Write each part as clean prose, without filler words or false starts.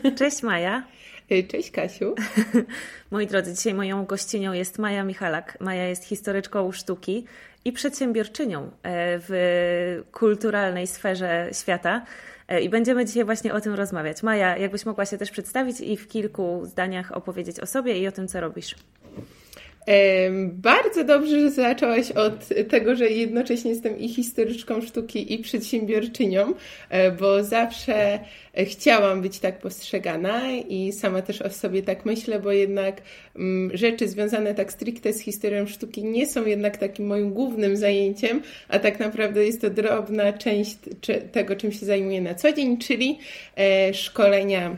Cześć Maja. Cześć Kasiu. Moi drodzy, dzisiaj moją gościnią jest Maja Michalak. Maja jest historyczką sztuki i przedsiębiorczynią w kulturalnej sferze świata. I będziemy dzisiaj właśnie o tym rozmawiać. Maja, jakbyś mogła się też przedstawić i w kilku zdaniach opowiedzieć o sobie i o tym, co robisz. Bardzo dobrze, że zaczęłaś od tego, że jednocześnie jestem i historyczką sztuki, i przedsiębiorczynią, bo zawsze chciałam być tak postrzegana i sama też o sobie tak myślę, bo jednak rzeczy związane tak stricte z historią sztuki nie są jednak takim moim głównym zajęciem, a tak naprawdę jest to drobna część tego, czym się zajmuję na co dzień, czyli szkolenia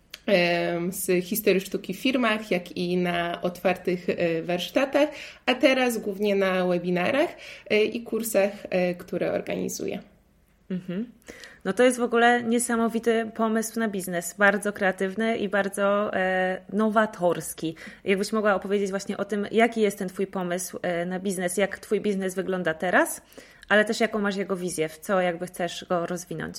z historii sztuki w firmach, jak i na otwartych warsztatach, a teraz głównie na webinarach i kursach, które organizuję. No to jest w ogóle niesamowity pomysł na biznes, bardzo kreatywny i bardzo nowatorski. Jakbyś mogła opowiedzieć właśnie o tym, jaki jest ten Twój pomysł na biznes, jak Twój biznes wygląda teraz, ale też jaką masz jego wizję, w co jakby chcesz go rozwinąć.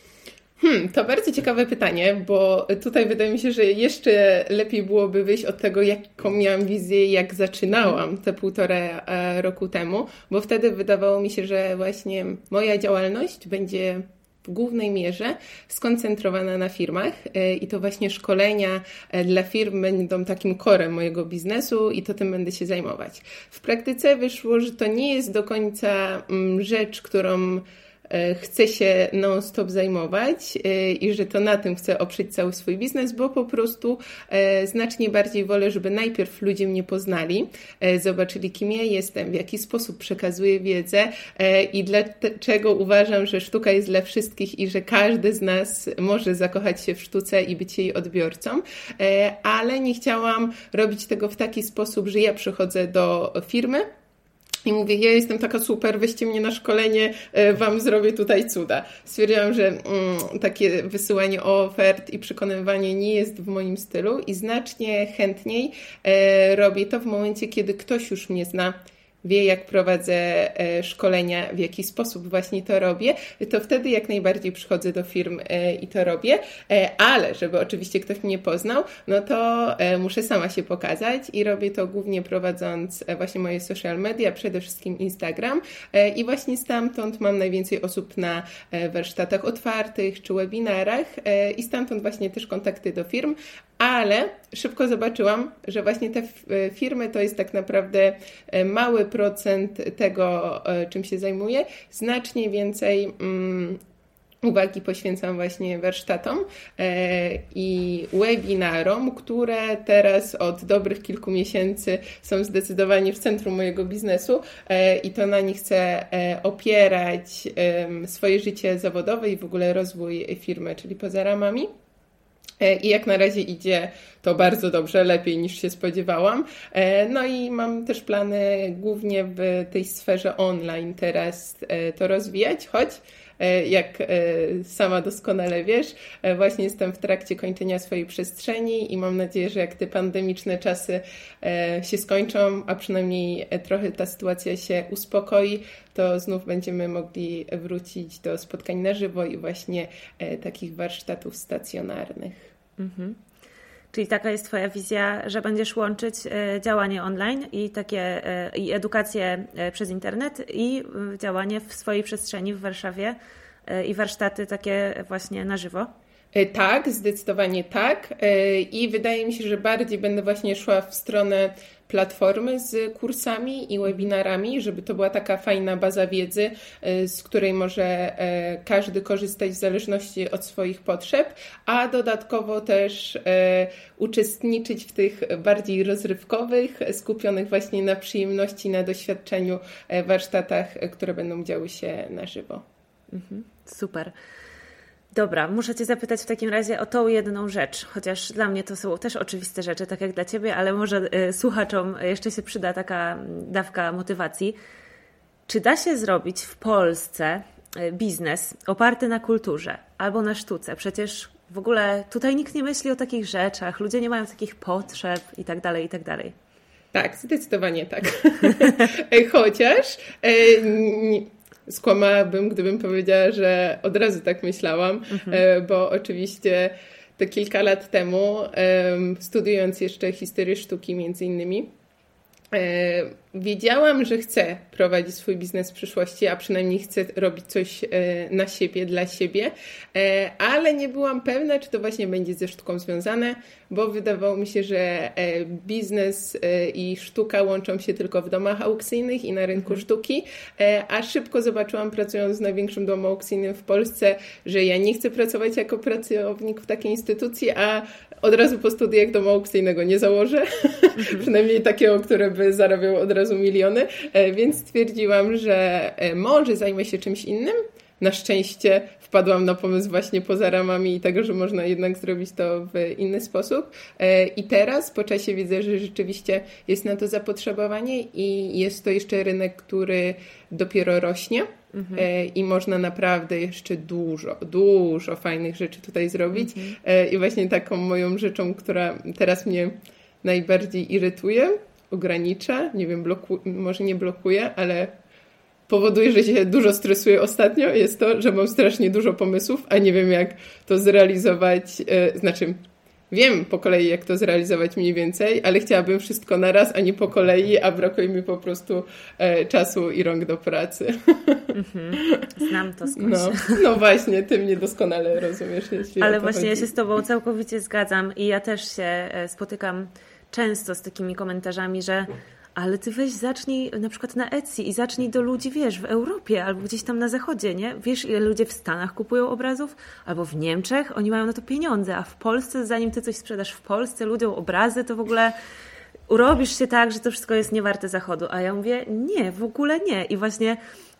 To bardzo ciekawe pytanie, bo tutaj wydaje mi się, że jeszcze lepiej byłoby wyjść od tego, jaką miałam wizję, jak zaczynałam te 1,5 roku temu, bo wtedy wydawało mi się, że właśnie moja działalność będzie w głównej mierze skoncentrowana na firmach i to właśnie szkolenia dla firm będą takim corem mojego biznesu i to tym będę się zajmować. W praktyce wyszło, że to nie jest do końca rzecz, którą chcę się non-stop zajmować i że to na tym chcę oprzeć cały swój biznes, bo po prostu znacznie bardziej wolę, żeby najpierw ludzie mnie poznali, zobaczyli, kim ja jestem, w jaki sposób przekazuję wiedzę i dlaczego uważam, że sztuka jest dla wszystkich i że każdy z nas może zakochać się w sztuce i być jej odbiorcą, ale nie chciałam robić tego w taki sposób, że ja przychodzę do firmy i mówię, ja jestem taka super, weźcie mnie na szkolenie, wam zrobię tutaj cuda. Stwierdziłam, że takie wysyłanie ofert i przekonywanie nie jest w moim stylu i znacznie chętniej robię to w momencie, kiedy ktoś już mnie zna, wie, jak prowadzę szkolenia, w jaki sposób właśnie to robię, to wtedy jak najbardziej przychodzę do firm i to robię, ale żeby oczywiście ktoś mnie poznał, no to muszę sama się pokazać i robię to głównie prowadząc właśnie moje social media, przede wszystkim Instagram i właśnie stamtąd mam najwięcej osób na warsztatach otwartych czy webinarach i stamtąd właśnie też kontakty do firm, ale szybko zobaczyłam, że właśnie te firmy to jest tak naprawdę mały procent tego, czym się zajmuję. Znacznie więcej uwagi poświęcam właśnie warsztatom i webinarom, które teraz od dobrych kilku miesięcy są zdecydowanie w centrum mojego biznesu i to na nich chcę opierać swoje życie zawodowe i w ogóle rozwój firmy, czyli poza ramami. I jak na razie idzie to bardzo dobrze, lepiej niż się spodziewałam. No i mam też plany głównie w tej sferze online teraz to rozwijać, choć jak sama doskonale wiesz, właśnie jestem w trakcie kończenia swojej przestrzeni i mam nadzieję, że jak te pandemiczne czasy się skończą, a przynajmniej trochę ta sytuacja się uspokoi, to znów będziemy mogli wrócić do spotkań na żywo i właśnie takich warsztatów stacjonarnych. Czyli taka jest Twoja wizja, że będziesz łączyć działanie online i edukację przez internet i działanie w swojej przestrzeni w Warszawie i warsztaty takie właśnie na żywo? Tak, zdecydowanie tak i wydaje mi się, że bardziej będę właśnie szła w stronę platformy z kursami i webinarami, żeby to była taka fajna baza wiedzy, z której może każdy korzystać w zależności od swoich potrzeb, a dodatkowo też uczestniczyć w tych bardziej rozrywkowych, skupionych właśnie na przyjemności, na doświadczeniu warsztatach, które będą działy się na żywo. Super. Dobra, muszę Cię zapytać w takim razie o tą jedną rzecz, chociaż dla mnie to są też oczywiste rzeczy, tak jak dla Ciebie, ale może słuchaczom jeszcze się przyda taka dawka motywacji. Czy da się zrobić w Polsce biznes oparty na kulturze albo na sztuce? Przecież w ogóle tutaj nikt nie myśli o takich rzeczach, ludzie nie mają takich potrzeb i tak dalej, i tak dalej. Tak, zdecydowanie tak. Chociaż skłamałabym, gdybym powiedziała, że od razu tak myślałam, bo oczywiście to kilka lat temu, studiując jeszcze historię sztuki między innymi, wiedziałam, że chcę prowadzić swój biznes w przyszłości, a przynajmniej chcę robić coś na siebie, dla siebie, ale nie byłam pewna, czy to właśnie będzie ze sztuką związane, bo wydawało mi się, że biznes i sztuka łączą się tylko w domach aukcyjnych i na rynku sztuki, a szybko zobaczyłam, pracując w największym domu aukcyjnym w Polsce, że ja nie chcę pracować jako pracownik w takiej instytucji, a od razu po studiach domu aukcyjnego nie założę, przynajmniej takiego, które by zarabiał od razu miliony, więc stwierdziłam, że może zajmę się czymś innym. Na szczęście wpadłam na pomysł właśnie poza ramami i tego, że można jednak zrobić to w inny sposób. I teraz po czasie widzę, że rzeczywiście jest na to zapotrzebowanie i jest to jeszcze rynek, który dopiero rośnie. I można naprawdę jeszcze dużo fajnych rzeczy tutaj zrobić. I właśnie taką moją rzeczą, która teraz mnie najbardziej irytuje, ogranicza, nie wiem, może nie blokuje, ale powoduje, że się dużo stresuję ostatnio, jest to, że mam strasznie dużo pomysłów, a nie wiem, jak to zrealizować. Znaczy, wiem po kolei, jak to zrealizować mniej więcej, ale chciałabym wszystko naraz, a nie po kolei, a brakuje mi po prostu czasu i rąk do pracy. Znam to skądś. No właśnie, ty mnie doskonale rozumiesz. Ale właśnie ja się z tobą całkowicie zgadzam i ja też się spotykam często z takimi komentarzami, że ale ty weź zacznij na przykład na Etsy i zacznij do ludzi, wiesz, w Europie albo gdzieś tam na zachodzie, nie? Wiesz, ile ludzie w Stanach kupują obrazów? Albo w Niemczech? Oni mają na to pieniądze, a w Polsce, zanim ty coś sprzedasz w Polsce ludziom obrazy, to w ogóle urobisz się tak, że to wszystko jest niewarte zachodu. A ja mówię, nie, w ogóle nie. I właśnie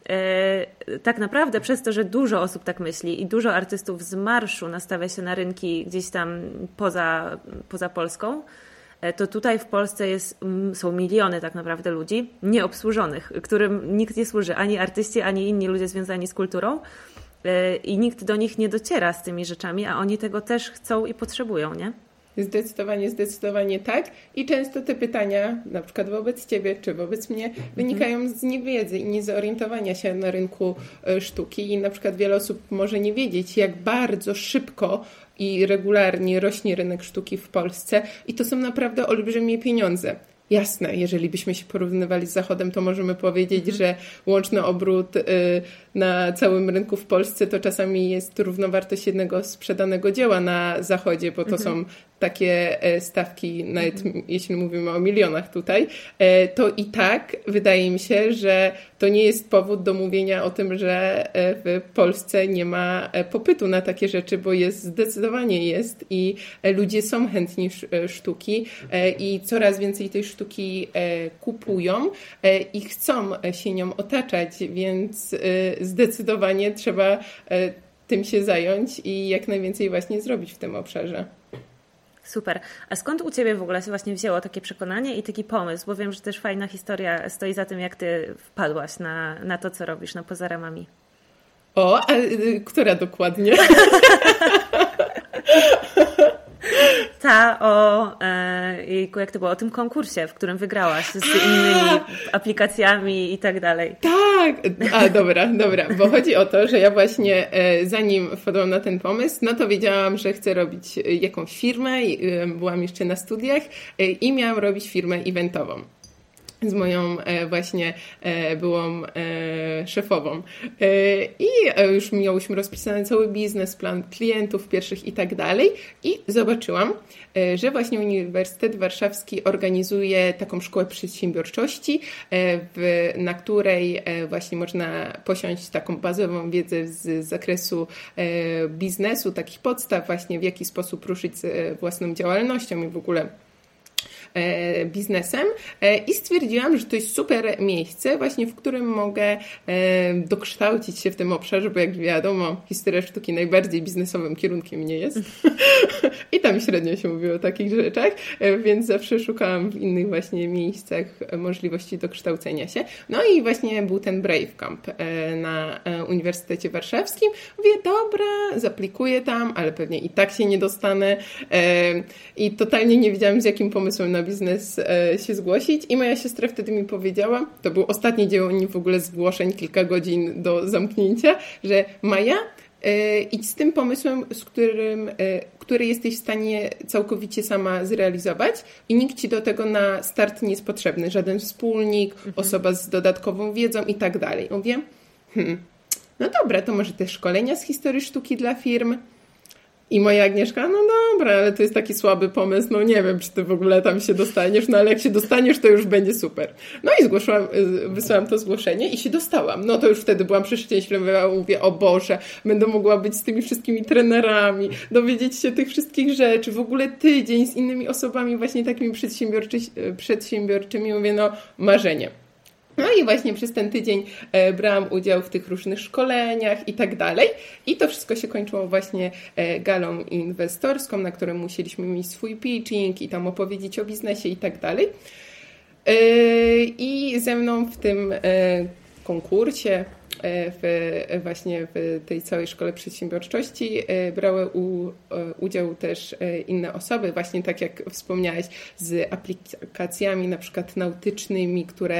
tak naprawdę przez to, że dużo osób tak myśli i dużo artystów z marszu nastawia się na rynki gdzieś tam poza Polską, to tutaj w Polsce są miliony tak naprawdę ludzi nieobsłużonych, którym nikt nie służy, ani artyści, ani inni ludzie związani z kulturą i nikt do nich nie dociera z tymi rzeczami, a oni tego też chcą i potrzebują, nie? Zdecydowanie tak. I często te pytania, na przykład wobec ciebie czy wobec mnie, wynikają z niewiedzy i niezorientowania się na rynku sztuki. I na przykład wiele osób może nie wiedzieć, jak bardzo szybko i regularnie rośnie rynek sztuki w Polsce i to są naprawdę olbrzymie pieniądze. Jasne, jeżeli byśmy się porównywali z Zachodem, to możemy powiedzieć, że łączny obrót na całym rynku w Polsce to czasami jest równowartość jednego sprzedanego dzieła na Zachodzie, bo to są takie stawki, nawet jeśli mówimy o milionach tutaj, to i tak wydaje mi się, że to nie jest powód do mówienia o tym, że w Polsce nie ma popytu na takie rzeczy, bo zdecydowanie jest i ludzie są chętni sztuki i coraz więcej tej sztuki kupują i chcą się nią otaczać, więc zdecydowanie trzeba tym się zająć i jak najwięcej właśnie zrobić w tym obszarze. Super. A skąd u ciebie w ogóle się właśnie wzięło takie przekonanie i taki pomysł? Bo wiem, że też fajna historia stoi za tym, jak ty wpadłaś na to, co robisz, na Poza Ramami. O, a która dokładnie? Jak to było, o tym konkursie, w którym wygrałaś z innymi aplikacjami i tak dalej. Tak, dobra, bo chodzi o to, że ja właśnie zanim wpadłam na ten pomysł, no to wiedziałam, że chcę robić jakąś firmę, byłam jeszcze na studiach i miałam robić firmę eventową z moją właśnie byłą szefową. I już miałyśmy rozpisany cały biznesplan klientów pierwszych i tak dalej. I zobaczyłam, że właśnie Uniwersytet Warszawski organizuje taką szkołę przedsiębiorczości, na której właśnie można posiąść taką bazową wiedzę z zakresu biznesu, takich podstaw właśnie w jaki sposób ruszyć z własną działalnością i w ogóle biznesem i stwierdziłam, że to jest super miejsce właśnie, w którym mogę dokształcić się w tym obszarze, bo jak wiadomo, historia sztuki najbardziej biznesowym kierunkiem nie jest i tam średnio się mówi o takich rzeczach, więc zawsze szukałam w innych właśnie miejscach możliwości dokształcenia się. No i właśnie był ten Brave Camp na Uniwersytecie Warszawskim. Mówię, dobra, zaaplikuję tam, ale pewnie i tak się nie dostanę i totalnie nie wiedziałam, z jakim pomysłem na biznes się zgłosić i moja siostra wtedy mi powiedziała, to był ostatni dzień w ogóle zgłoszeń, kilka godzin do zamknięcia, że Maja, idź z tym pomysłem, który jesteś w stanie całkowicie sama zrealizować i nikt ci do tego na start nie jest potrzebny. Żaden wspólnik, osoba z dodatkową wiedzą i tak dalej. Mówię, no dobra, to może te szkolenia z historii sztuki dla firm. I moja Agnieszka, no dobra, ale to jest taki słaby pomysł, no nie wiem, czy ty w ogóle tam się dostaniesz, no ale jak się dostaniesz, to już będzie super. No i wysłałam to zgłoszenie i się dostałam. No to już wtedy byłam przeszczęśliwa, mówię, o Boże, będę mogła być z tymi wszystkimi trenerami, dowiedzieć się tych wszystkich rzeczy, w ogóle tydzień z innymi osobami właśnie takimi przedsiębiorczymi, mówię, no marzenie. No i właśnie przez ten tydzień brałam udział w tych różnych szkoleniach i tak dalej. I to wszystko się kończyło właśnie galą inwestorską, na której musieliśmy mieć swój pitching i tam opowiedzieć o biznesie i tak dalej. I ze mną w tym konkursie, właśnie w tej całej szkole przedsiębiorczości brały udział też inne osoby, właśnie tak jak wspomniałeś, z aplikacjami na przykład nautycznymi, które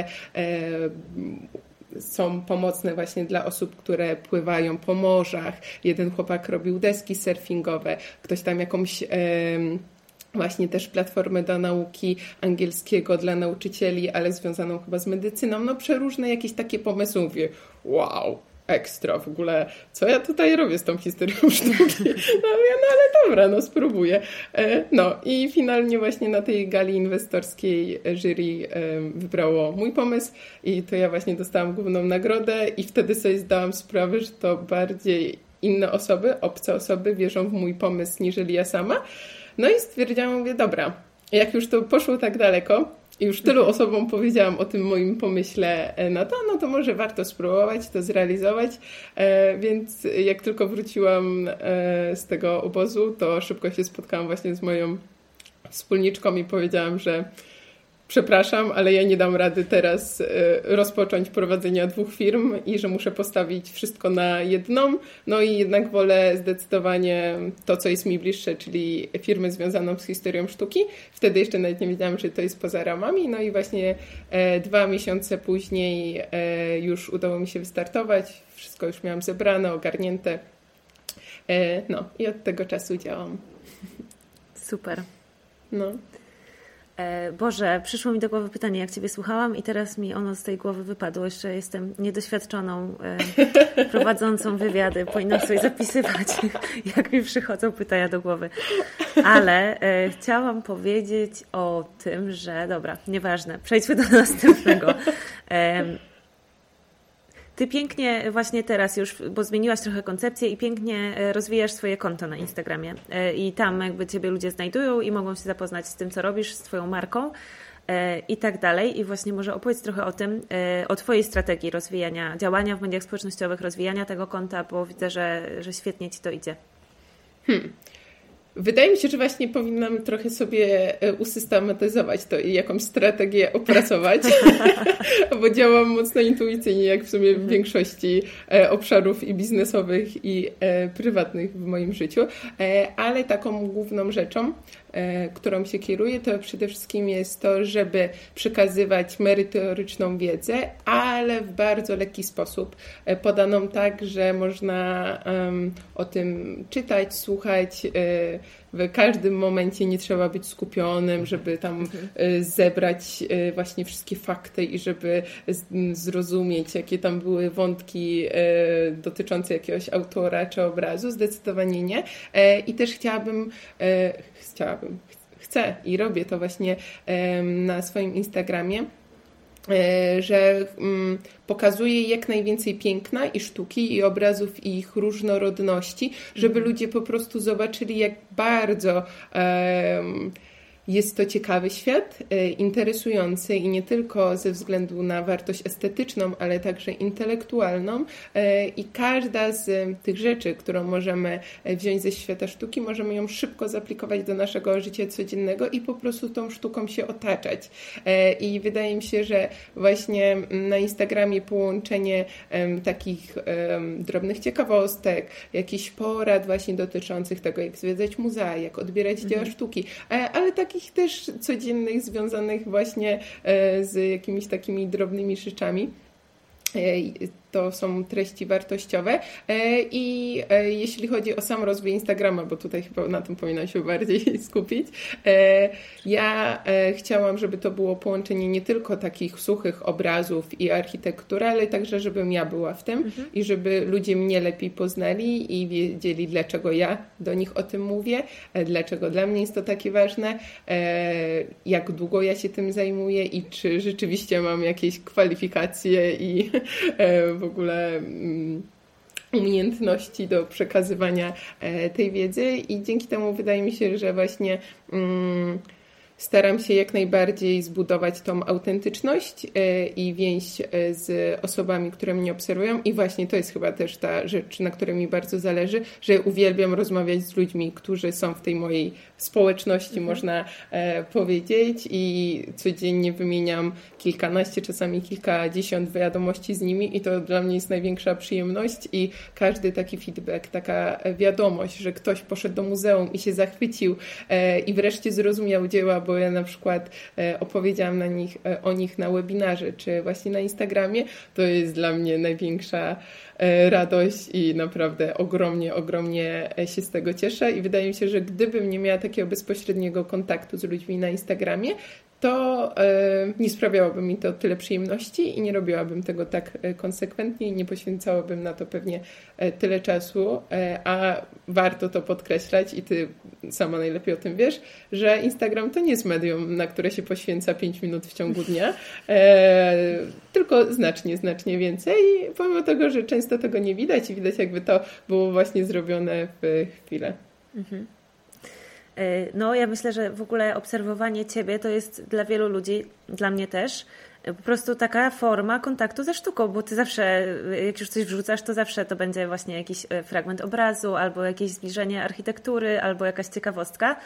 są pomocne właśnie dla osób, które pływają po morzach. Jeden chłopak robił deski surfingowe, ktoś tam jakąś właśnie też platformę do nauki angielskiego dla nauczycieli, ale związaną chyba z medycyną. No przeróżne jakieś takie pomysły. Mówię, wow, ekstra, w ogóle co ja tutaj robię z tą historią sztuki? No ale dobra, no spróbuję. No i finalnie właśnie na tej gali inwestorskiej jury wybrało mój pomysł i to ja właśnie dostałam główną nagrodę i wtedy sobie zdałam sprawę, że to bardziej inne osoby, obce osoby wierzą w mój pomysł niżeli ja sama. No i stwierdziłam, mówię, dobra, jak już to poszło tak daleko i już tylu osobom powiedziałam o tym moim pomyśle, no to może warto spróbować to zrealizować, więc jak tylko wróciłam z tego obozu, to szybko się spotkałam właśnie z moją wspólniczką i powiedziałam, że przepraszam, ale ja nie dam rady teraz rozpocząć prowadzenia 2 firm i że muszę postawić wszystko na jedną. No i jednak wolę zdecydowanie to, co jest mi bliższe, czyli firmę związaną z historią sztuki. Wtedy jeszcze nawet nie wiedziałam, że to jest poza ramami. No i właśnie 2 miesiące później już udało mi się wystartować. Wszystko już miałam zebrane, ogarnięte. No i od tego czasu działam. Super. No. Boże, przyszło mi do głowy pytanie, jak Ciebie słuchałam i teraz mi ono z tej głowy wypadło. Jeszcze jestem niedoświadczoną prowadzącą wywiady. Powinnam sobie zapisywać, jak mi przychodzą pytania do głowy. Ale chciałam powiedzieć o tym, że... Dobra, nieważne. Przejdźmy do następnego. Ty pięknie właśnie teraz już, bo zmieniłaś trochę koncepcję i pięknie rozwijasz swoje konto na Instagramie i tam jakby Ciebie ludzie znajdują i mogą się zapoznać z tym, co robisz, z Twoją marką i tak dalej. I właśnie może opowiedz trochę o tym, o Twojej strategii rozwijania, działania w mediach społecznościowych, rozwijania tego konta, bo widzę, że świetnie Ci to idzie. Wydaje mi się, że właśnie powinnam trochę sobie usystematyzować to i jakąś strategię opracować, bo działam mocno intuicyjnie, jak w sumie w większości obszarów i biznesowych, i prywatnych w moim życiu, ale taką główną rzeczą, którą się kieruję, to przede wszystkim jest to, żeby przekazywać merytoryczną wiedzę, ale w bardzo lekki sposób, podaną tak, że można o tym czytać, słuchać, w każdym momencie nie trzeba być skupionym, żeby tam zebrać właśnie wszystkie fakty i żeby zrozumieć, jakie tam były wątki dotyczące jakiegoś autora czy obrazu. Zdecydowanie nie. I też chcę i robię to właśnie na swoim Instagramie, że pokazuje jak najwięcej piękna i sztuki i obrazów i ich różnorodności, żeby ludzie po prostu zobaczyli, jak bardzo jest to ciekawy świat, interesujący i nie tylko ze względu na wartość estetyczną, ale także intelektualną i każda z tych rzeczy, którą możemy wziąć ze świata sztuki, możemy ją szybko zaaplikować do naszego życia codziennego i po prostu tą sztuką się otaczać. I wydaje mi się, że właśnie na Instagramie połączenie takich drobnych ciekawostek, jakichś porad właśnie dotyczących tego, jak zwiedzać muzea, jak odbierać dzieła sztuki, ale takich też codziennych, związanych właśnie z jakimiś takimi drobnymi rzeczami. to są treści wartościowe. I jeśli chodzi o sam rozwój Instagrama, bo tutaj chyba na tym powinna się bardziej skupić, ja chciałam, żeby to było połączenie nie tylko takich suchych obrazów i architektury, ale także, żebym ja była w tym i żeby ludzie mnie lepiej poznali i wiedzieli, dlaczego ja do nich o tym mówię, dlaczego dla mnie jest to takie ważne, jak długo ja się tym zajmuję i czy rzeczywiście mam jakieś kwalifikacje i w ogóle umiejętności do przekazywania tej wiedzy i dzięki temu wydaje mi się, że właśnie staram się jak najbardziej zbudować tą autentyczność i więź z osobami, które mnie obserwują i właśnie to jest chyba też ta rzecz, na której mi bardzo zależy, że uwielbiam rozmawiać z ludźmi, którzy są w tej mojej społeczności, można powiedzieć i codziennie wymieniam kilkanaście, czasami kilkadziesiąt wiadomości z nimi i to dla mnie jest największa przyjemność i każdy taki feedback, taka wiadomość, że ktoś poszedł do muzeum i się zachwycił i wreszcie zrozumiał dzieła, bo ja na przykład opowiedziałam o nich na webinarze, czy właśnie na Instagramie, to jest dla mnie największa radość i naprawdę ogromnie się z tego cieszę i wydaje mi się, że gdybym nie miała takiego bezpośredniego kontaktu z ludźmi na Instagramie, to nie sprawiałoby mi to tyle przyjemności i nie robiłabym tego tak konsekwentnie i nie poświęcałabym na to pewnie tyle czasu, a warto to podkreślać i ty sama najlepiej o tym wiesz, że Instagram to nie jest medium, na które się poświęca 5 minut w ciągu dnia, tylko znacznie więcej, pomimo tego, że często tego nie widać i widać jakby to było właśnie zrobione w chwilę. Mhm. No, ja myślę, że w ogóle obserwowanie Ciebie to jest dla wielu ludzi, dla mnie też, po prostu taka forma kontaktu ze sztuką, bo Ty zawsze, jak już coś wrzucasz, to zawsze to będzie właśnie jakiś fragment obrazu, albo jakieś zbliżenie architektury, albo jakaś ciekawostka.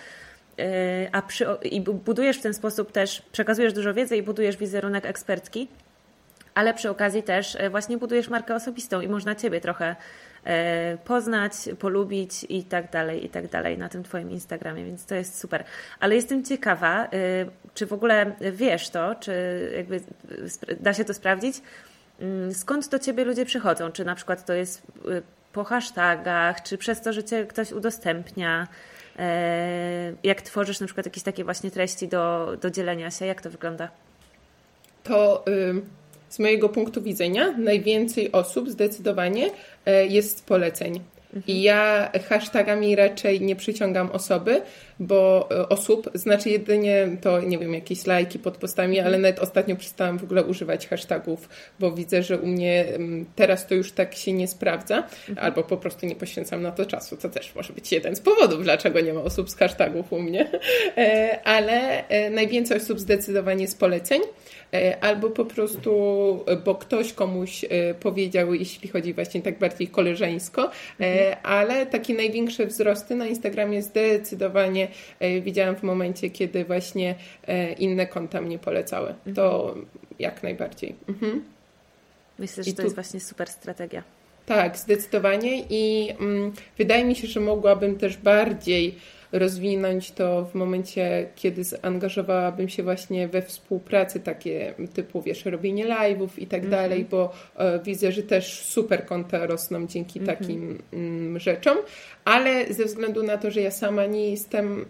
I budujesz w ten sposób też, przekazujesz dużo wiedzy i budujesz wizerunek ekspertki, ale przy okazji też właśnie budujesz markę osobistą i można Ciebie trochę poznać, polubić i tak dalej na tym Twoim Instagramie, więc to jest super. Ale jestem ciekawa, czy w ogóle wiesz to, czy jakby da się to sprawdzić, skąd do Ciebie ludzie przychodzą, czy na przykład to jest po hashtagach, czy przez to, że Cię ktoś udostępnia, jak tworzysz na przykład jakieś takie właśnie treści do dzielenia się, jak to wygląda? To z mojego punktu widzenia najwięcej osób zdecydowanie jest z poleceń. I ja hashtagami raczej nie przyciągam osób, znaczy jedynie to, nie wiem, jakieś lajki pod postami, ale nawet ostatnio przestałam w ogóle używać hashtagów, bo widzę, że u mnie teraz to już tak się nie sprawdza, albo po prostu nie poświęcam na to czasu. To też może być jeden z powodów, dlaczego nie ma osób z hashtagów u mnie, ale najwięcej osób zdecydowanie z poleceń, albo po prostu, bo ktoś komuś powiedział, jeśli chodzi właśnie tak bardziej koleżeńsko, ale takie największe wzrosty na Instagramie zdecydowanie widziałam w momencie, kiedy właśnie inne konta mnie polecały. To jak najbardziej. Myślę, że to jest właśnie super strategia. Tak, zdecydowanie i wydaje mi się, że mogłabym też bardziej rozwinąć to w momencie, kiedy zaangażowałabym się właśnie we współpracy takie typu, wiesz, robienie live'ów i tak dalej, bo widzę, że też super konta rosną dzięki takim rzeczom, ale ze względu na to, że ja sama nie jestem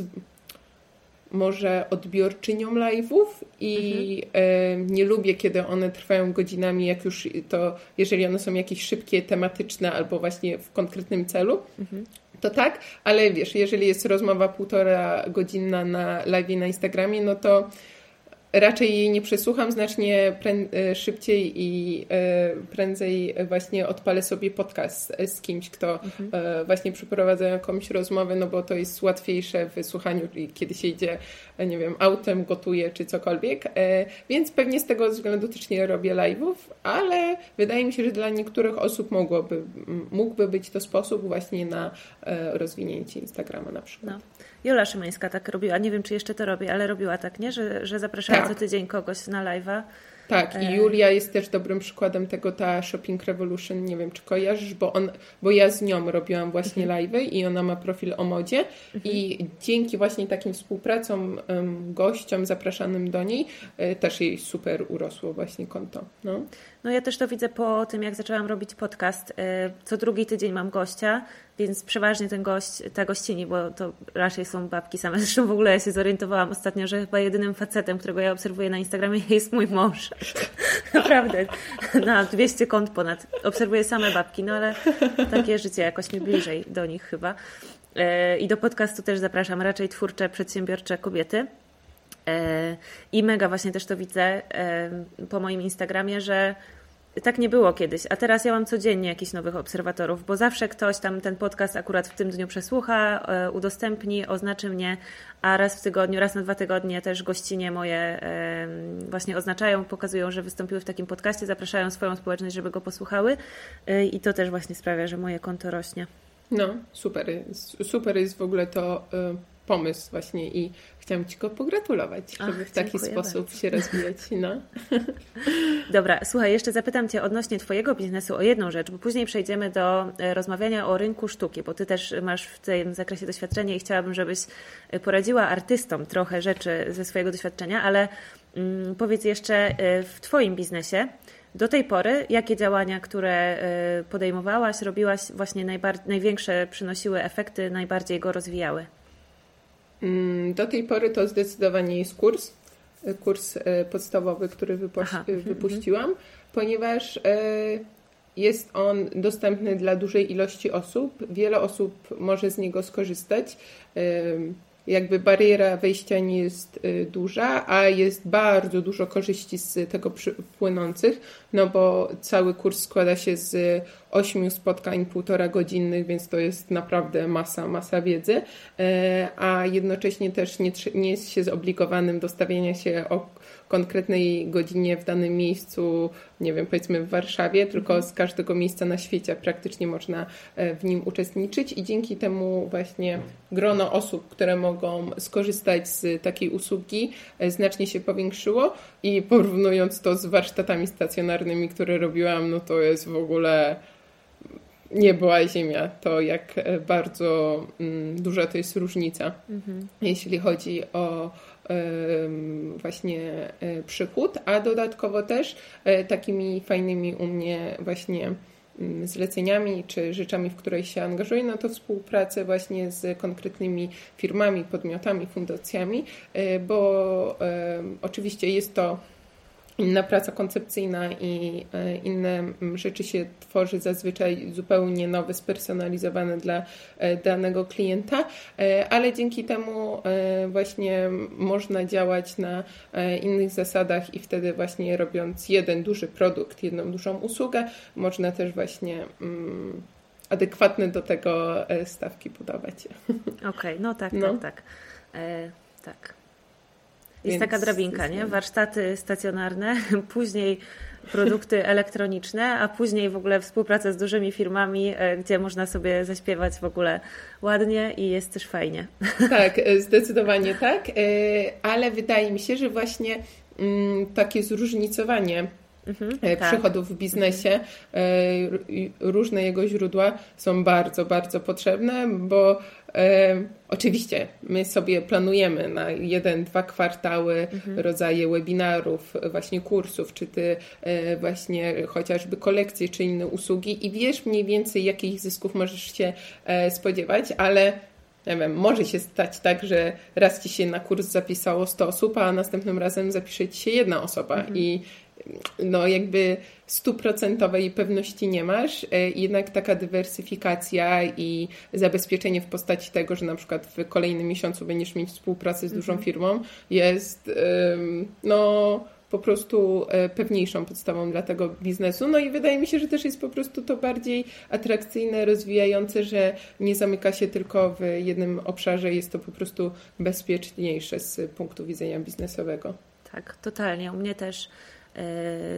może odbiorczynią live'ów i nie lubię, kiedy one trwają godzinami, jak już to, jeżeli one są jakieś szybkie, tematyczne albo właśnie w konkretnym celu, to tak, ale wiesz, jeżeli jest rozmowa 1,5 godzinna na live'ie na Instagramie, no to raczej jej nie przesłucham, znacznie szybciej i prędzej właśnie odpalę sobie podcast z kimś, kto właśnie przeprowadza jakąś rozmowę, no bo to jest łatwiejsze w słuchaniu, kiedy się idzie, nie wiem, autem, gotuje czy cokolwiek, więc pewnie z tego względu też nie robię live'ów, ale wydaje mi się, że dla niektórych osób mógłby być to sposób właśnie na rozwinięcie Instagrama na przykład. No. Jola Szymańska tak robiła, nie wiem czy jeszcze to robi, ale robiła tak, nie? Że zapraszała co tydzień kogoś na live'a. Tak, i Julia jest też dobrym przykładem tego, ta Shopping Revolution, nie wiem, czy kojarzysz, bo ja z nią robiłam właśnie live'y i ona ma profil o modzie i dzięki właśnie takim współpracom, gościom zapraszanym do niej, też jej super urosło właśnie konto. No ja też to widzę po tym, jak zaczęłam robić podcast. Co drugi tydzień mam gościa, więc przeważnie ta gościni, bo to raczej są babki same. Zresztą w ogóle ja się zorientowałam ostatnio, że chyba jedynym facetem, którego ja obserwuję na Instagramie, jest mój mąż. Naprawdę. Na 200 kont ponad. Obserwuję same babki, no ale takie życie jakoś mi bliżej do nich chyba. I do podcastu też zapraszam raczej twórcze, przedsiębiorcze kobiety. I mega właśnie też to widzę po moim Instagramie, że tak nie było kiedyś, a teraz ja mam codziennie jakichś nowych obserwatorów, bo zawsze ktoś tam ten podcast akurat w tym dniu przesłucha, udostępni, oznaczy mnie, a raz w tygodniu, raz na 2 tygodnie też gościnie moje właśnie oznaczają, pokazują, że wystąpiły w takim podcaście, zapraszają swoją społeczność, żeby go posłuchały i to też właśnie sprawia, że moje konto rośnie. No, super jest w ogóle to pomysł właśnie i chciałam Ci go pogratulować, żeby w taki sposób się rozwijać. No. Dobra, słuchaj, jeszcze zapytam Cię odnośnie Twojego biznesu o jedną rzecz, bo później przejdziemy do rozmawiania o rynku sztuki, bo Ty też masz w tym zakresie doświadczenie i chciałabym, żebyś poradziła artystom trochę rzeczy ze swojego doświadczenia, ale powiedz jeszcze w Twoim biznesie do tej pory, jakie działania, które podejmowałaś, robiłaś, właśnie największe przynosiły efekty, najbardziej go rozwijały? Do tej pory to zdecydowanie jest kurs podstawowy, który wypuściłam, ponieważ jest on dostępny dla dużej ilości osób. Wiele osób może z niego skorzystać. Jakby bariera wejścia nie jest duża, a jest bardzo dużo korzyści z tego płynących, no bo cały kurs składa się z 8 spotkań 1,5 godzinnych, więc to jest naprawdę masa wiedzy, a jednocześnie też nie jest się zobligowanym do stawiania się o konkretnej godzinie w danym miejscu, nie wiem, powiedzmy w Warszawie, tylko z każdego miejsca na świecie praktycznie można w nim uczestniczyć i dzięki temu właśnie grono osób, które mogą skorzystać z takiej usługi znacznie się powiększyło i porównując to z warsztatami stacjonarnymi, które robiłam, no to jest w ogóle niebo a ziemia, to jak bardzo duża to jest różnica, jeśli chodzi o właśnie przychód, a dodatkowo też takimi fajnymi u mnie właśnie zleceniami czy rzeczami, w której się angażuję, no to współpracę właśnie z konkretnymi firmami, podmiotami, fundacjami, bo oczywiście jest to inna praca koncepcyjna i inne rzeczy się tworzy zazwyczaj zupełnie nowe, spersonalizowane dla danego klienta, ale dzięki temu właśnie można działać na innych zasadach i wtedy właśnie robiąc jeden duży produkt, jedną dużą usługę, można też właśnie adekwatne do tego stawki budować. Okej, no tak. Jest taka drabinka, nie? Warsztaty stacjonarne, później produkty elektroniczne, a później w ogóle współpraca z dużymi firmami, gdzie można sobie zaśpiewać w ogóle ładnie i jest też fajnie. Tak, zdecydowanie tak, ale wydaje mi się, że właśnie takie zróżnicowanie przychodów w biznesie, różne jego źródła są bardzo, bardzo potrzebne, bo oczywiście my sobie planujemy na 1-2 kwartały rodzaje webinarów, właśnie kursów, czy właśnie chociażby kolekcje, czy inne usługi i wiesz mniej więcej, jakich zysków możesz się spodziewać, ale nie wiem, może się stać tak, że raz Ci się na kurs zapisało 100 osób, a następnym razem zapisze Ci się 1 osoba i no jakby 100% pewności nie masz, jednak taka dywersyfikacja i zabezpieczenie w postaci tego, że na przykład w kolejnym miesiącu będziesz mieć współpracę z dużą firmą jest no po prostu pewniejszą podstawą dla tego biznesu. No i wydaje mi się, że też jest po prostu to bardziej atrakcyjne, rozwijające, że nie zamyka się tylko w jednym obszarze, jest to po prostu bezpieczniejsze z punktu widzenia biznesowego. Tak, totalnie. U mnie też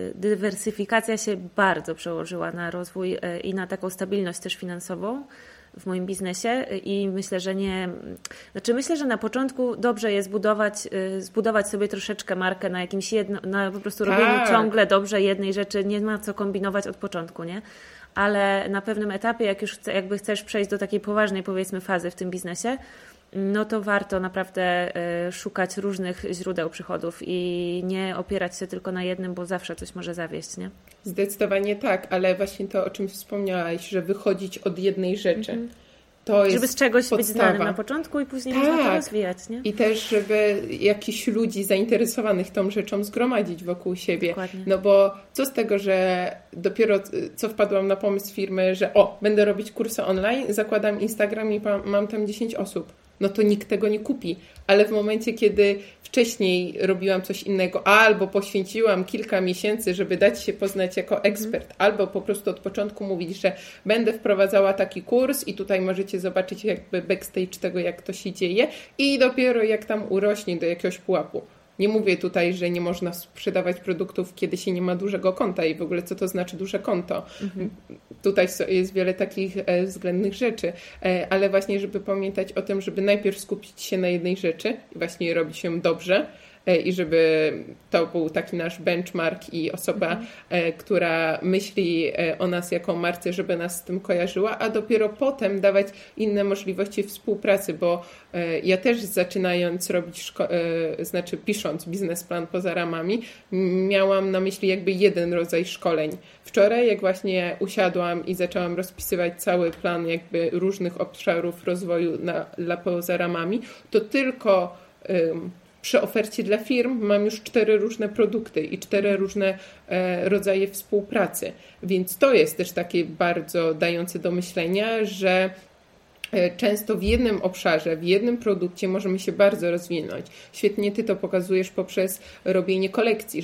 dywersyfikacja się bardzo przełożyła na rozwój i na taką stabilność też finansową. w moim biznesie i myślę, że myślę, że na początku dobrze jest zbudować sobie troszeczkę markę na jakimś na po prostu robieniu ciągle dobrze jednej rzeczy, nie ma co kombinować od początku, nie? Ale na pewnym etapie, jak już chcesz przejść do takiej poważnej, powiedzmy, fazy w tym biznesie, no to warto naprawdę szukać różnych źródeł przychodów i nie opierać się tylko na jednym, bo zawsze coś może zawieść, nie? Zdecydowanie tak, ale właśnie to, o czym wspomniałaś, że wychodzić od jednej rzeczy. To jest żeby z czegoś podstawa. Być znanym na początku i później można to rozwijać, nie? I też, żeby jakichś ludzi zainteresowanych tą rzeczą zgromadzić wokół siebie. Dokładnie. No bo co z tego, że dopiero co wpadłam na pomysł firmy, że będę robić kursy online, zakładam Instagram i mam tam 10 osób. No to nikt tego nie kupi. Ale w momencie, kiedy wcześniej robiłam coś innego, albo poświęciłam kilka miesięcy, żeby dać się poznać jako ekspert, albo po prostu od początku mówić, że będę wprowadzała taki kurs i tutaj możecie zobaczyć jakby backstage tego, jak to się dzieje i dopiero jak tam urośnie do jakiegoś pułapu. Nie mówię tutaj, że nie można sprzedawać produktów, kiedy się nie ma dużego konta i w ogóle co to znaczy duże konto. Tutaj jest wiele takich względnych rzeczy, ale właśnie, żeby pamiętać o tym, żeby najpierw skupić się na jednej rzeczy i właśnie robić ją dobrze i żeby to był taki nasz benchmark i osoba, która myśli o nas jako marce, żeby nas z tym kojarzyła, a dopiero potem dawać inne możliwości współpracy, bo ja też zaczynając robić, pisząc biznesplan poza ramami, miałam na myśli jakby jeden rodzaj szkoleń. Wczoraj, jak właśnie usiadłam i zaczęłam rozpisywać cały plan jakby różnych obszarów rozwoju dla poza ramami, to tylko przy ofercie dla firm mam już 4 różne produkty i 4 różne rodzaje współpracy. Więc to jest też takie bardzo dające do myślenia, że często w jednym obszarze, w jednym produkcie możemy się bardzo rozwinąć. Świetnie Ty to pokazujesz poprzez robienie kolekcji,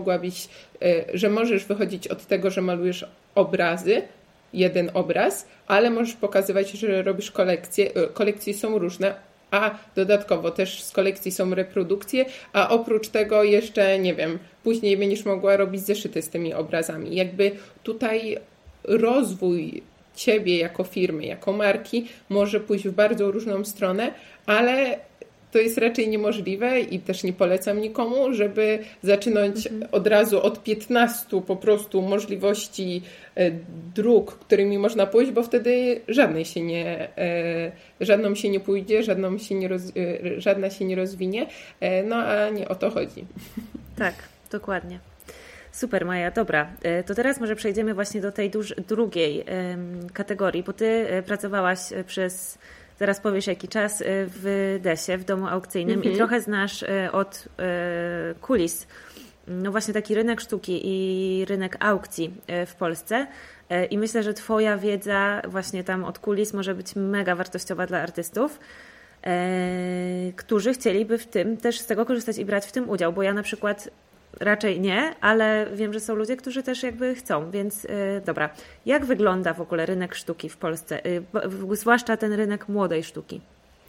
że możesz wychodzić od tego, że malujesz obrazy, jeden obraz, ale możesz pokazywać, że robisz kolekcje. Kolekcje są różne, a dodatkowo też z kolekcji są reprodukcje, a oprócz tego jeszcze, nie wiem, później będziesz mogła robić zeszyty z tymi obrazami. Jakby tutaj rozwój Ciebie jako firmy, jako marki może pójść w bardzo różną stronę, ale to jest raczej niemożliwe i też nie polecam nikomu, żeby zaczynać od razu od 15 po prostu możliwości dróg, którymi można pójść, bo wtedy żadną się nie pójdzie, żadna się nie rozwinie, no a nie o to chodzi. Tak, dokładnie. Super, Maja, dobra. To teraz może przejdziemy właśnie do tej drugiej kategorii, bo Ty pracowałaś zaraz powiesz jaki czas, w DES-ie, w domu aukcyjnym i trochę znasz od kulis no właśnie taki rynek sztuki i rynek aukcji w Polsce i myślę, że Twoja wiedza właśnie tam od kulis może być mega wartościowa dla artystów, którzy chcieliby w tym też z tego korzystać i brać w tym udział, bo ja na przykład raczej nie, ale wiem, że są ludzie, którzy też jakby chcą, więc dobra. Jak wygląda w ogóle rynek sztuki w Polsce, zwłaszcza ten rynek młodej sztuki?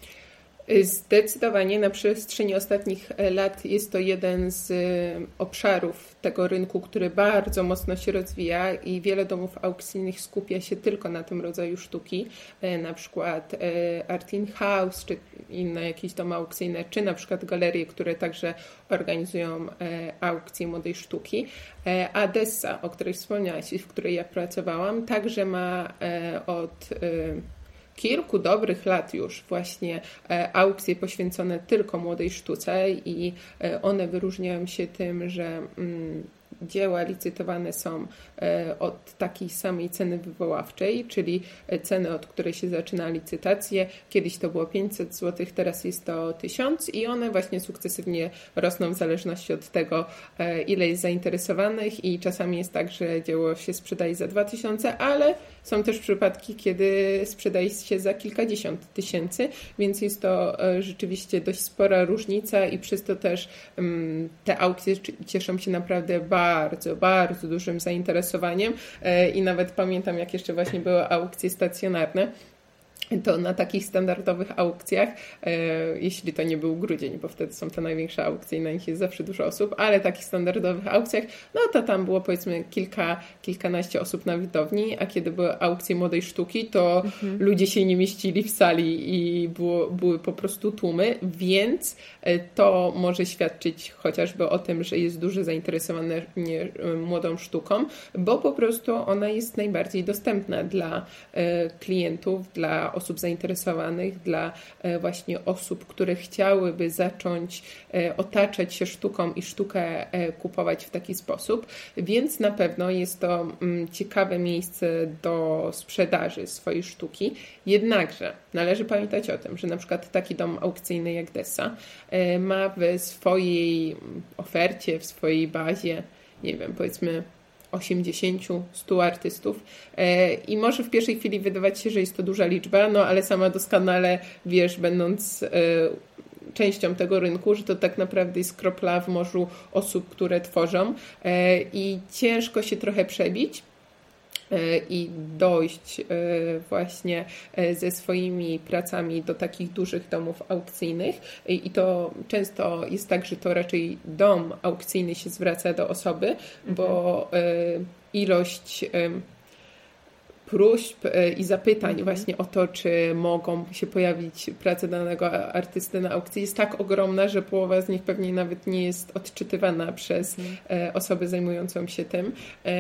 Zdecydowanie na przestrzeni ostatnich lat jest to jeden z obszarów tego rynku, który bardzo mocno się rozwija i wiele domów aukcyjnych skupia się tylko na tym rodzaju sztuki, na przykład Art in House, czy inne jakieś domy aukcyjne, czy na przykład galerie, które także organizują aukcje młodej sztuki. A Dessa, o której wspomniałaś i w której ja pracowałam, także ma od kilku dobrych lat już właśnie aukcje poświęcone tylko młodej sztuce i one wyróżniają się tym, że dzieła licytowane są od takiej samej ceny wywoławczej, czyli ceny, od której się zaczyna licytację. Kiedyś to było 500 zł, teraz jest to 1000 i one właśnie sukcesywnie rosną w zależności od tego, ile jest zainteresowanych i czasami jest tak, że dzieło się sprzedaje za 2000, ale są też przypadki, kiedy sprzedaje się za kilkadziesiąt tysięcy, więc jest to rzeczywiście dość spora różnica i przez to też te aukcje cieszą się naprawdę bardzo, bardzo dużym zainteresowaniem i nawet pamiętam, jak jeszcze właśnie były aukcje stacjonarne, to na takich standardowych aukcjach, jeśli to nie był grudzień, bo wtedy są te największe aukcje i na nich jest zawsze dużo osób, ale takich standardowych aukcjach, no to tam było powiedzmy kilkanaście osób na widowni, a kiedy były aukcje młodej sztuki, to ludzie się nie mieścili w sali i były po prostu tłumy, więc to może świadczyć chociażby o tym, że jest duże zainteresowanie młodą sztuką, bo po prostu ona jest najbardziej dostępna dla klientów, dla osób zainteresowanych, dla właśnie osób, które chciałyby zacząć otaczać się sztuką i sztukę kupować w taki sposób, więc na pewno jest to ciekawe miejsce do sprzedaży swojej sztuki. Jednakże należy pamiętać o tym, że na przykład taki dom aukcyjny jak Dessa ma w swojej ofercie, w swojej bazie, nie wiem, powiedzmy 80-100 artystów i może w pierwszej chwili wydawać się, że jest to duża liczba, no ale sama doskonale wiesz, będąc częścią tego rynku, że to tak naprawdę jest kropla w morzu osób, które tworzą i ciężko się trochę przebić i dojść właśnie ze swoimi pracami do takich dużych domów aukcyjnych i to często jest tak, że to raczej dom aukcyjny się zwraca do osoby, bo ilość próśb i zapytań właśnie o to, czy mogą się pojawić prace danego artysty na aukcji jest tak ogromna, że połowa z nich pewnie nawet nie jest odczytywana przez osobę zajmującą się tym.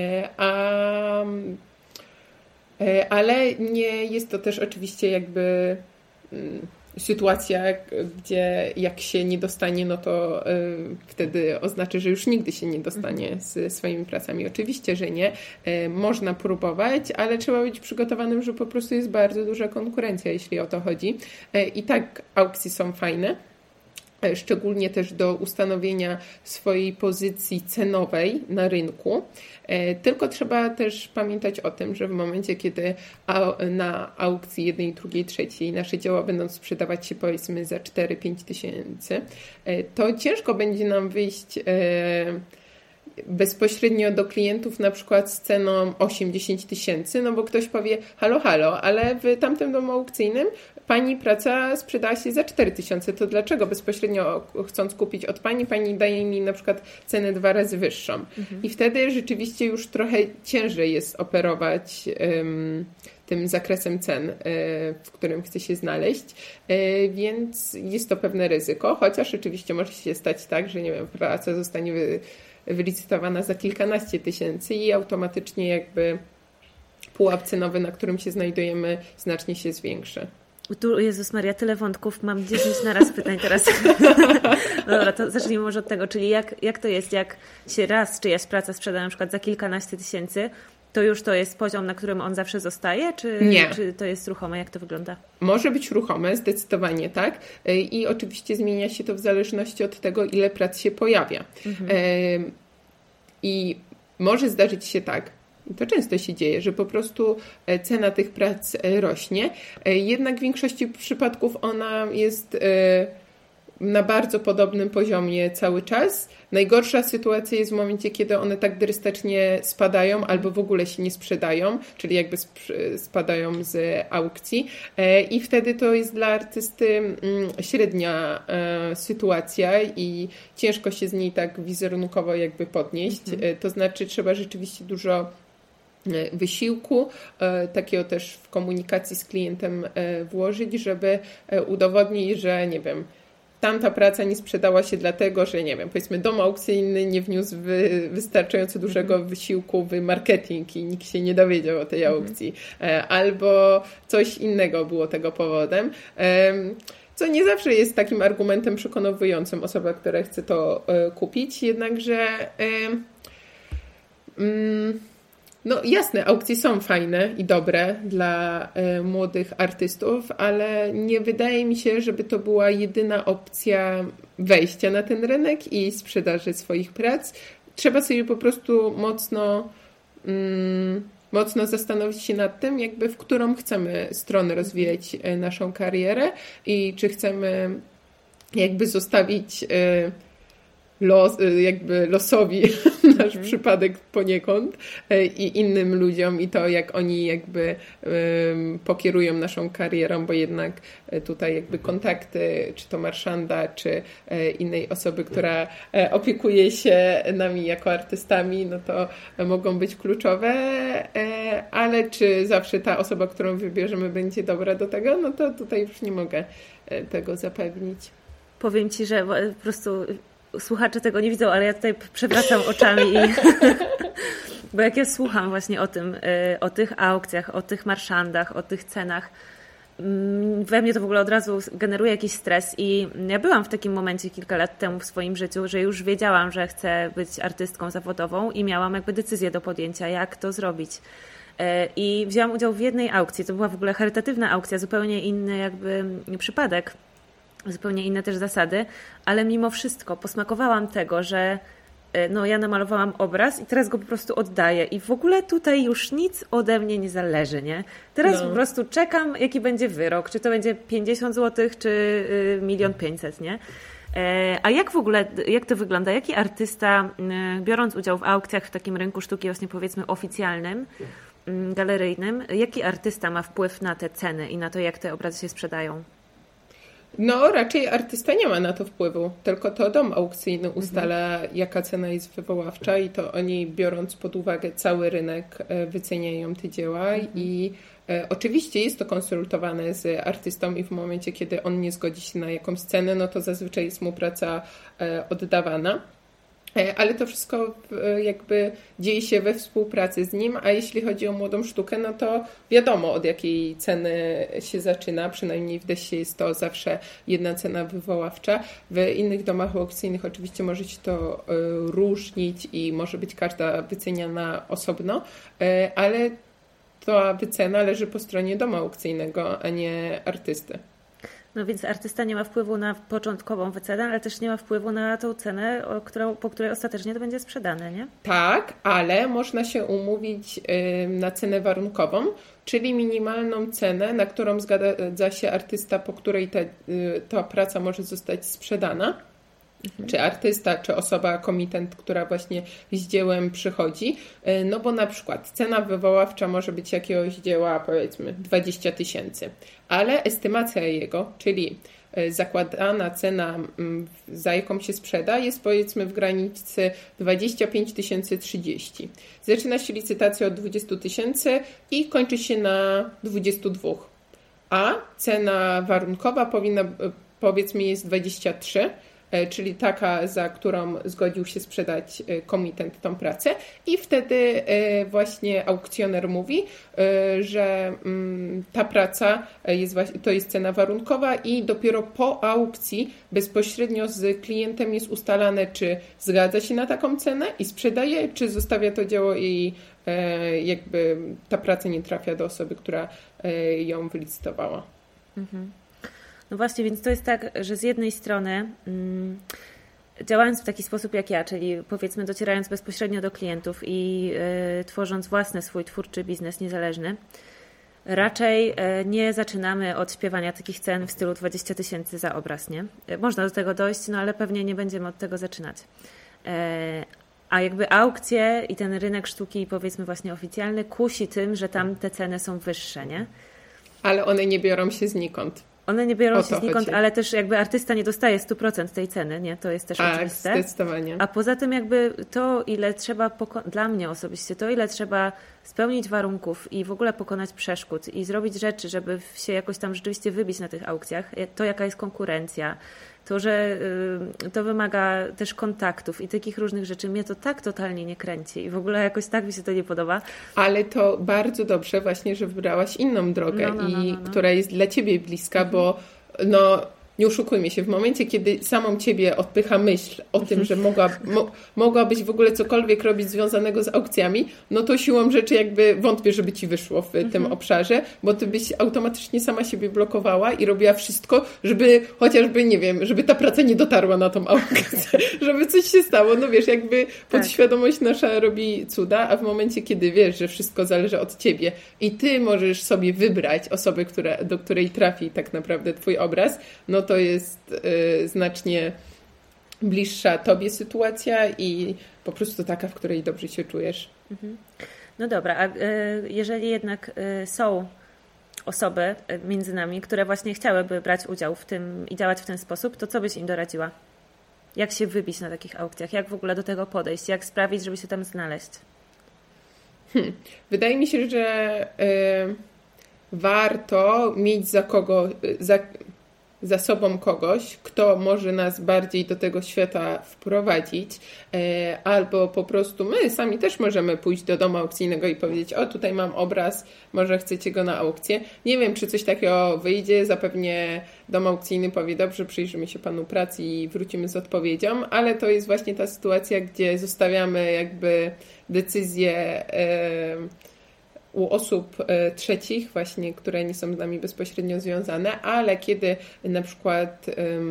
Ale nie jest to też oczywiście jakby sytuacja, gdzie jak się nie dostanie, no to wtedy oznacza, że już nigdy się nie dostanie z swoimi pracami. Oczywiście, że nie. Można próbować, ale trzeba być przygotowanym, że po prostu jest bardzo duża konkurencja, jeśli o to chodzi. I tak aukcje są fajne. Szczególnie też do ustanowienia swojej pozycji cenowej na rynku. Tylko trzeba też pamiętać o tym, że w momencie, kiedy na aukcji jednej, drugiej, trzeciej nasze dzieła będą sprzedawać się powiedzmy za 4-5 tysięcy, to ciężko będzie nam wyjść bezpośrednio do klientów na przykład z ceną 8-10 tysięcy, no bo ktoś powie halo, ale w tamtym domu aukcyjnym pani praca sprzedała się za 4 tysiące, to dlaczego bezpośrednio chcąc kupić od pani daje mi na przykład cenę 2 razy wyższą. I wtedy rzeczywiście już trochę ciężej jest operować tym zakresem cen, w którym chce się znaleźć, więc jest to pewne ryzyko, chociaż oczywiście może się stać tak, że nie wiem, praca zostanie wylicytowana za kilkanaście tysięcy i automatycznie jakby pułap cenowy, na którym się znajdujemy, znacznie się zwiększy. Tu, Jezus Maria, tyle wątków, mam 10 na raz pytań teraz. Dobra, to zacznijmy może od tego, czyli jak to jest, jak się raz czyjaś praca sprzeda na przykład za kilkanaście tysięcy, to już to jest poziom, na którym on zawsze zostaje? Czy to jest ruchome? Jak to wygląda? Może być ruchome, zdecydowanie tak. I oczywiście zmienia się to w zależności od tego, ile prac się pojawia. I może zdarzyć się tak, to często się dzieje, że po prostu cena tych prac rośnie, jednak w większości przypadków ona jest na bardzo podobnym poziomie cały czas. Najgorsza sytuacja jest w momencie, kiedy one tak drastycznie spadają albo w ogóle się nie sprzedają, czyli jakby spadają z aukcji i wtedy to jest dla artysty średnia sytuacja i ciężko się z niej tak wizerunkowo jakby podnieść. To znaczy trzeba rzeczywiście dużo wysiłku, takiego też w komunikacji z klientem włożyć, żeby udowodnić, że nie wiem, tamta praca nie sprzedała się dlatego, że nie wiem, powiedzmy dom aukcyjny nie wniósł wystarczająco dużego wysiłku w marketing i nikt się nie dowiedział o tej aukcji. Albo coś innego było tego powodem. Co nie zawsze jest takim argumentem przekonującym osobę, która chce to kupić, jednakże no jasne, aukcje są fajne i dobre dla młodych artystów, ale nie wydaje mi się, żeby to była jedyna opcja wejścia na ten rynek i sprzedaży swoich prac. Trzeba sobie po prostu mocno zastanowić się nad tym, jakby w którą chcemy stronę rozwijać naszą karierę i czy chcemy jakby zostawić jakby losowi nasz przypadek poniekąd i innym ludziom i to, jak oni jakby pokierują naszą karierą, bo jednak tutaj jakby kontakty, czy to marszanda, czy innej osoby, która opiekuje się nami jako artystami, no to mogą być kluczowe, ale czy zawsze ta osoba, którą wybierzemy, będzie dobra do tego, no to tutaj już nie mogę tego zapewnić. Powiem Ci, że po prostu słuchacze tego nie widzą, ale ja tutaj przewracam oczami bo jak ja słucham właśnie o tym, o tych aukcjach, o tych marszandach, o tych cenach, we mnie to w ogóle od razu generuje jakiś stres i ja byłam w takim momencie kilka lat temu w swoim życiu, że już wiedziałam, że chcę być artystką zawodową i miałam jakby decyzję do podjęcia, jak to zrobić. I wzięłam udział w jednej aukcji, to była w ogóle charytatywna aukcja, zupełnie inny jakby przypadek, zupełnie inne też zasady, ale mimo wszystko posmakowałam tego, że no ja namalowałam obraz i teraz go po prostu oddaję i w ogóle tutaj już nic ode mnie nie zależy, nie? Teraz po prostu czekam, jaki będzie wyrok, czy to będzie 50 zł, czy 1 500 000, nie? A jak w ogóle, jak to wygląda? Jaki artysta, biorąc udział w aukcjach w takim rynku sztuki właśnie powiedzmy oficjalnym, galeryjnym, jaki artysta ma wpływ na te ceny i na to, jak te obrazy się sprzedają? No, raczej artysta nie ma na to wpływu, tylko to dom aukcyjny ustala, jaka cena jest wywoławcza i to oni, biorąc pod uwagę cały rynek, wyceniają te dzieła i oczywiście jest to konsultowane z artystą i w momencie, kiedy on nie zgodzi się na jakąś cenę, no to zazwyczaj jest mu praca oddawana. Ale to wszystko jakby dzieje się we współpracy z nim, a jeśli chodzi o młodą sztukę, no to wiadomo, od jakiej ceny się zaczyna, przynajmniej w Dessie jest to zawsze jedna cena wywoławcza. W innych domach aukcyjnych oczywiście może się to różnić i może być każda wyceniana osobno, ale ta wycena leży po stronie domu aukcyjnego, a nie artysty. No więc artysta nie ma wpływu na początkową wycenę, ale też nie ma wpływu na tą cenę, po której ostatecznie to będzie sprzedane, nie? Tak, ale można się umówić na cenę warunkową, czyli minimalną cenę, na którą zgadza się artysta, po której ta praca może zostać sprzedana. Czy artysta, czy osoba, komitent, która właśnie z dziełem przychodzi. No bo na przykład cena wywoławcza może być jakiegoś dzieła powiedzmy 20 000, ale estymacja jego, czyli zakładana cena, za jaką się sprzeda, jest powiedzmy w granicy 25 30. Zaczyna się licytacja od 20 000 i kończy się na 22. A cena warunkowa powinna, powiedzmy, jest 23, czyli taka, za którą zgodził się sprzedać komitent tą pracę i wtedy właśnie aukcjoner mówi, że ta praca to jest cena warunkowa i dopiero po aukcji bezpośrednio z klientem jest ustalane, czy zgadza się na taką cenę i sprzedaje, czy zostawia to dzieło i jakby ta praca nie trafia do osoby, która ją wylicytowała. Mhm. No właśnie, więc to jest tak, że z jednej strony działając w taki sposób jak ja, czyli powiedzmy docierając bezpośrednio do klientów i tworząc własny swój twórczy biznes niezależny, raczej nie zaczynamy od śpiewania takich cen w stylu 20 000 za obraz, nie? Można do tego dojść, no ale pewnie nie będziemy od tego zaczynać. A jakby aukcje i ten rynek sztuki, powiedzmy właśnie oficjalny, kusi tym, że tam te ceny są wyższe, nie? Ale one nie biorą się znikąd. One nie biorą się znikąd, ale też jakby artysta nie dostaje 100% tej ceny, nie? To jest też oczywiste. Zdecydowanie. A poza tym jakby to, ile trzeba, dla mnie osobiście, to ile trzeba spełnić warunków i w ogóle pokonać przeszkód i zrobić rzeczy, żeby się jakoś tam rzeczywiście wybić na tych aukcjach, to jaka jest konkurencja, to, że to wymaga też kontaktów i takich różnych rzeczy, mnie to tak totalnie nie kręci i w ogóle jakoś tak mi się to nie podoba. Ale to bardzo dobrze właśnie, że wybrałaś inną drogę która jest dla Ciebie bliska, bo nie oszukujmy się, w momencie, kiedy samą Ciebie odpycha myśl o tym, że mogłabyś w ogóle cokolwiek robić związanego z aukcjami, no to siłą rzeczy jakby wątpię, żeby Ci wyszło w tym obszarze, bo Ty byś automatycznie sama siebie blokowała i robiła wszystko, żeby chociażby, nie wiem, żeby ta praca nie dotarła na tą aukcję, żeby coś się stało. No wiesz, jakby podświadomość nasza robi cuda, a w momencie, kiedy wiesz, że wszystko zależy od Ciebie i Ty możesz sobie wybrać osobę, do której trafi tak naprawdę Twój obraz, no to jest znacznie bliższa tobie sytuacja i po prostu taka, w której dobrze się czujesz. No dobra, a jeżeli jednak są osoby między nami, które właśnie chciałyby brać udział w tym i działać w ten sposób, to co byś im doradziła? Jak się wybić na takich aukcjach? Jak w ogóle do tego podejść? Jak sprawić, żeby się tam znaleźć? Wydaje mi się, że warto mieć za sobą kogoś, kto może nas bardziej do tego świata wprowadzić, albo po prostu my sami też możemy pójść do domu aukcyjnego i powiedzieć: o, tutaj mam obraz, może chcecie go na aukcję. Nie wiem, czy coś takiego wyjdzie, zapewnie dom aukcyjny powie: dobrze, przyjrzymy się panu pracy i wrócimy z odpowiedzią, ale to jest właśnie ta sytuacja, gdzie zostawiamy jakby decyzję u osób trzecich właśnie, które nie są z nami bezpośrednio związane, ale kiedy na przykład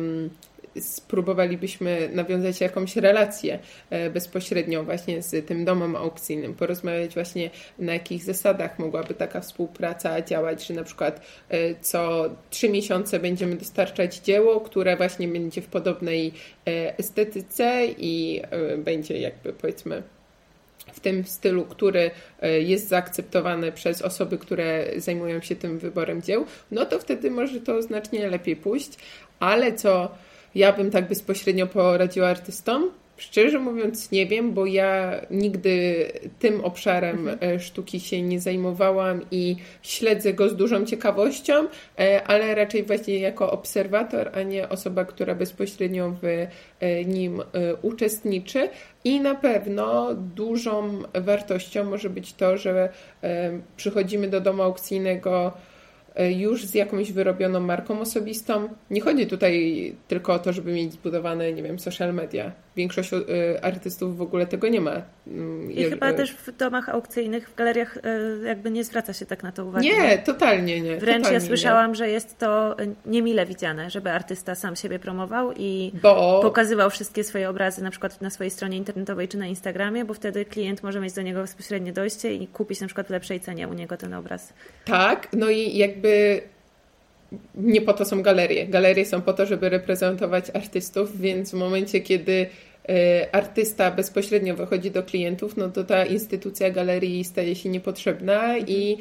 spróbowalibyśmy nawiązać jakąś relację bezpośrednią właśnie z tym domem aukcyjnym, porozmawiać właśnie, na jakich zasadach mogłaby taka współpraca działać, że na przykład co 3 miesiące będziemy dostarczać dzieło, które właśnie będzie w podobnej estetyce i będzie jakby, powiedzmy, w tym stylu, który jest zaakceptowany przez osoby, które zajmują się tym wyborem dzieł, no to wtedy może to znacznie lepiej pójść. Ale co ja bym tak bezpośrednio poradziła artystom? Szczerze mówiąc nie wiem, bo ja nigdy tym obszarem sztuki się nie zajmowałam i śledzę go z dużą ciekawością, ale raczej właśnie jako obserwator, a nie osoba, która bezpośrednio w nim uczestniczy. I na pewno dużą wartością może być to, że przychodzimy do domu aukcyjnego już z jakąś wyrobioną marką osobistą. Nie chodzi tutaj tylko o to, żeby mieć zbudowane, nie wiem, social media. Większość artystów w ogóle tego nie ma. I chyba też w domach aukcyjnych, w galeriach jakby nie zwraca się tak na to uwagi. Nie, totalnie nie. Wręcz totalnie ja słyszałam, że jest to niemile widziane, żeby artysta sam siebie promował i pokazywał wszystkie swoje obrazy na przykład na swojej stronie internetowej czy na Instagramie, bo wtedy klient może mieć do niego bezpośrednie dojście i kupić na przykład w lepszej cenie u niego ten obraz. Tak, no i jakby nie po to są galerie. Galerie są po to, żeby reprezentować artystów, więc w momencie, kiedy artysta bezpośrednio wychodzi do klientów, no to ta instytucja galerii staje się niepotrzebna i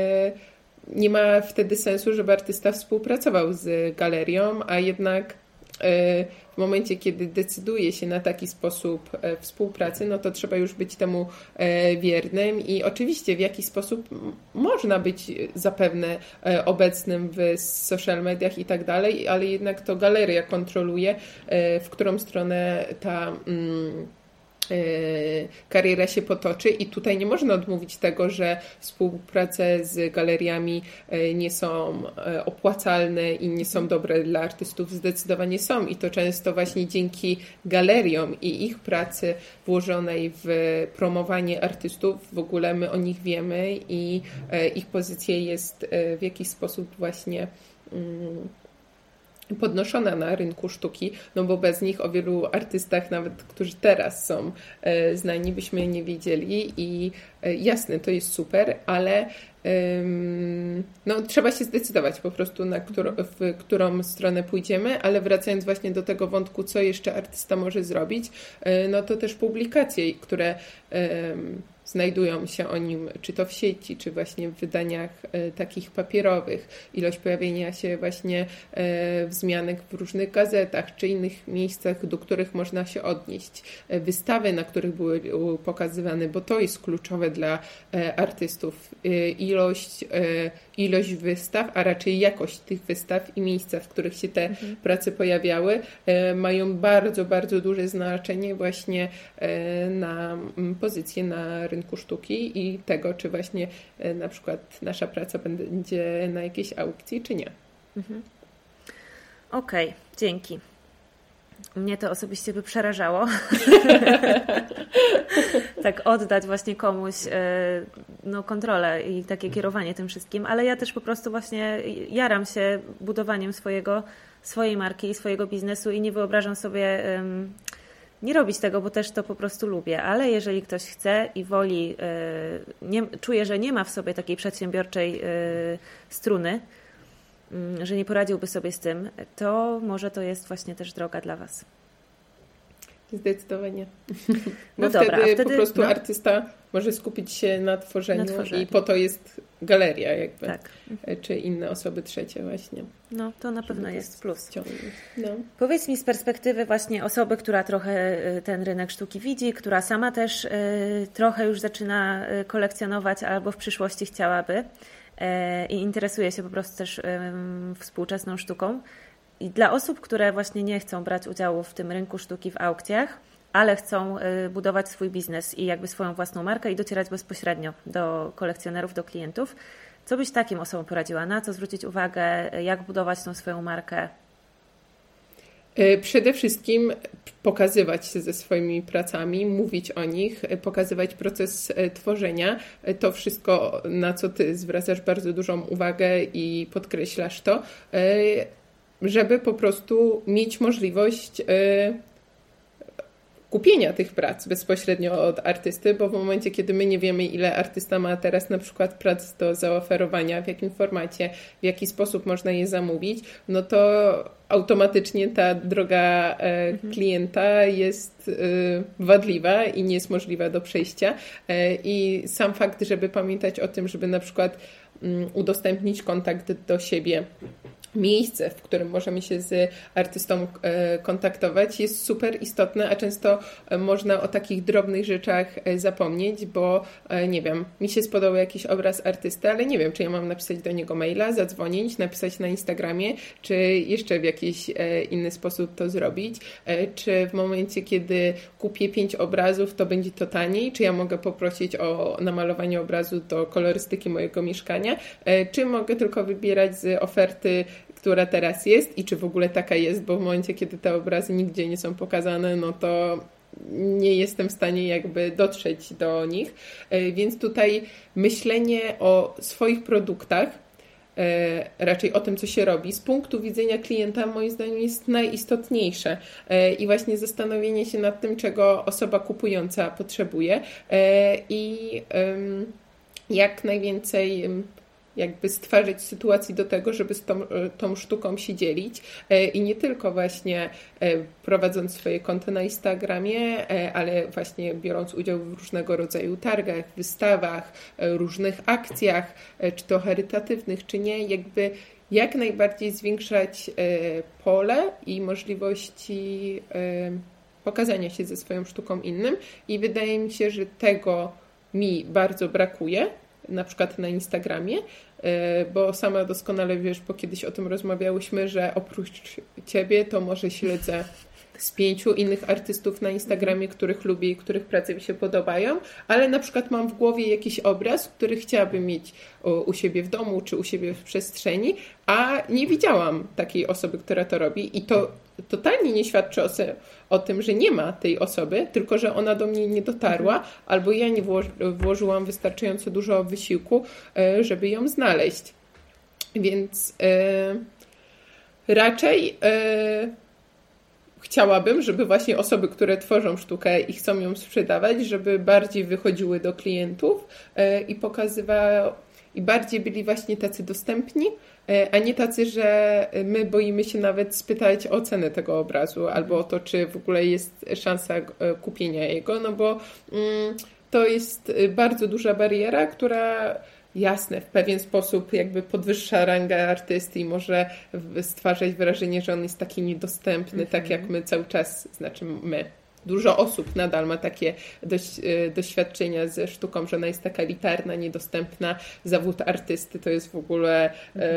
nie ma wtedy sensu, żeby artysta współpracował z galerią, a jednak w momencie, kiedy decyduje się na taki sposób współpracy, no to trzeba już być temu wiernym i oczywiście w jakiś sposób można być zapewne obecnym w social mediach i tak dalej, ale jednak to galeria kontroluje, w którą stronę ta kariera się potoczy i tutaj nie można odmówić tego, że współprace z galeriami nie są opłacalne i nie są dobre dla artystów. Zdecydowanie są i to często właśnie dzięki galeriom i ich pracy włożonej w promowanie artystów w ogóle my o nich wiemy i ich pozycja jest w jakiś sposób właśnie podnoszona na rynku sztuki, no bo bez nich o wielu artystach, nawet którzy teraz są znani, byśmy nie wiedzieli i jasne, to jest super, ale no, trzeba się zdecydować po prostu, w którą stronę pójdziemy, ale wracając właśnie do tego wątku, co jeszcze artysta może zrobić, no to też publikacje, które znajdują się o nim, czy to w sieci, czy właśnie w wydaniach takich papierowych, ilość pojawienia się właśnie wzmianek w różnych gazetach, czy innych miejscach, do których można się odnieść, wystawy, na których były pokazywane, bo to jest kluczowe dla artystów. Ilość wystaw, a raczej jakość tych wystaw i miejsca, w których się te prace pojawiały, mają bardzo, bardzo duże znaczenie właśnie na pozycję na rynku sztuki i tego, czy właśnie na przykład nasza praca będzie na jakiejś aukcji, czy nie. Okej, dzięki. Mnie to osobiście by przerażało. Tak oddać właśnie komuś no, kontrolę i takie kierowanie tym wszystkim, ale ja też po prostu właśnie jaram się budowaniem swojej marki i swojego biznesu i nie wyobrażam sobie nie robić tego, bo też to po prostu lubię, ale jeżeli ktoś chce i woli, czuje, że nie ma w sobie takiej przedsiębiorczej struny, że nie poradziłby sobie z tym, to może to jest właśnie też droga dla Was. Zdecydowanie. No Bo dobra, wtedy po prostu artysta może skupić się na tworzeniu i po to jest galeria jakby. Tak. Czy inne osoby trzecie właśnie. No, to na pewno jest plus. No. Powiedz mi z perspektywy właśnie osoby, która trochę ten rynek sztuki widzi, która sama też trochę już zaczyna kolekcjonować albo w przyszłości chciałaby i interesuje się po prostu też współczesną sztuką. I dla osób, które właśnie nie chcą brać udziału w tym rynku sztuki w aukcjach, ale chcą budować swój biznes i jakby swoją własną markę i docierać bezpośrednio do kolekcjonerów, do klientów, co byś takim osobom poradziła? Na co zwrócić uwagę? Jak budować tą swoją markę? Przede wszystkim pokazywać się ze swoimi pracami, mówić o nich, pokazywać proces tworzenia. To wszystko, na co ty zwracasz bardzo dużą uwagę i podkreślasz to, żeby po prostu mieć możliwość kupienia tych prac bezpośrednio od artysty, bo w momencie, kiedy my nie wiemy, ile artysta ma teraz na przykład prac do zaoferowania, w jakim formacie, w jaki sposób można je zamówić, no to automatycznie ta droga klienta jest wadliwa i nie jest możliwa do przejścia. I sam fakt, żeby pamiętać o tym, żeby na przykład udostępnić kontakt do siebie, miejsce, w którym możemy się z artystą kontaktować, jest super istotne, a często można o takich drobnych rzeczach zapomnieć, bo nie wiem, mi się spodobał jakiś obraz artysty, ale nie wiem, czy ja mam napisać do niego maila, zadzwonić, napisać na Instagramie, czy jeszcze w jakiś inny sposób to zrobić, czy w momencie, kiedy kupię 5 obrazów, to będzie to taniej, czy ja mogę poprosić o namalowanie obrazu do kolorystyki mojego mieszkania, czy mogę tylko wybierać z oferty, która teraz jest i czy w ogóle taka jest, bo w momencie, kiedy te obrazy nigdzie nie są pokazane, no to nie jestem w stanie jakby dotrzeć do nich. Więc tutaj myślenie o swoich produktach, raczej o tym, co się robi, z punktu widzenia klienta moim zdaniem jest najistotniejsze i właśnie zastanowienie się nad tym, czego osoba kupująca potrzebuje i jak najwięcej jakby stwarzać sytuacji do tego, żeby z tą sztuką się dzielić i nie tylko właśnie prowadząc swoje konto na Instagramie, ale właśnie biorąc udział w różnego rodzaju targach, wystawach, różnych akcjach, czy to charytatywnych, czy nie, jakby jak najbardziej zwiększać pole i możliwości pokazania się ze swoją sztuką innym i wydaje mi się, że tego mi bardzo brakuje, na przykład na Instagramie, bo sama doskonale wiesz, bo kiedyś o tym rozmawiałyśmy, że oprócz ciebie to może śledzę z 5 innych artystów na Instagramie, których lubię i których prace mi się podobają, ale na przykład mam w głowie jakiś obraz, który chciałabym mieć u siebie w domu, czy u siebie w przestrzeni, a nie widziałam takiej osoby, która to robi i to totalnie nie świadczy o tym, że nie ma tej osoby, tylko że ona do mnie nie dotarła, albo ja nie włożyłam wystarczająco dużo wysiłku, żeby ją znaleźć. Więc raczej chciałabym, żeby właśnie osoby, które tworzą sztukę i chcą ją sprzedawać, żeby bardziej wychodziły do klientów i pokazywały, i bardziej byli właśnie tacy dostępni, a nie tacy, że my boimy się nawet spytać o cenę tego obrazu albo o to, czy w ogóle jest szansa kupienia jego, no bo to jest bardzo duża bariera, która jasne, w pewien sposób jakby podwyższa rangę artysty i może stwarzać wrażenie, że on jest taki niedostępny, tak jak my cały czas, znaczy my. Dużo osób nadal ma takie doświadczenia ze sztuką, że ona jest taka elitarna, niedostępna. Zawód artysty to jest w ogóle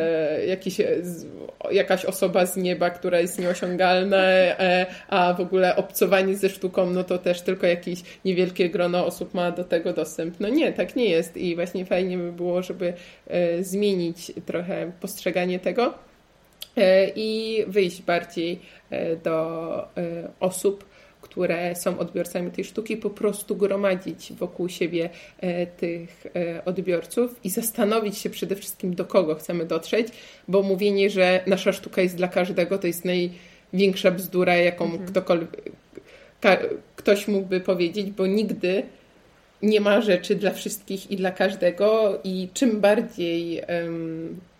jakaś osoba z nieba, która jest nieosiągalna, a w ogóle obcowanie ze sztuką, no to też tylko jakieś niewielkie grono osób ma do tego dostęp. No nie, tak nie jest i właśnie fajnie by było, żeby zmienić trochę postrzeganie tego i wyjść bardziej do osób, które są odbiorcami tej sztuki, po prostu gromadzić wokół siebie tych odbiorców i zastanowić się przede wszystkim, do kogo chcemy dotrzeć, bo mówienie, że nasza sztuka jest dla każdego, to jest największa bzdura, jaką ktoś mógłby powiedzieć, bo nigdy nie ma rzeczy dla wszystkich i dla każdego i czym bardziej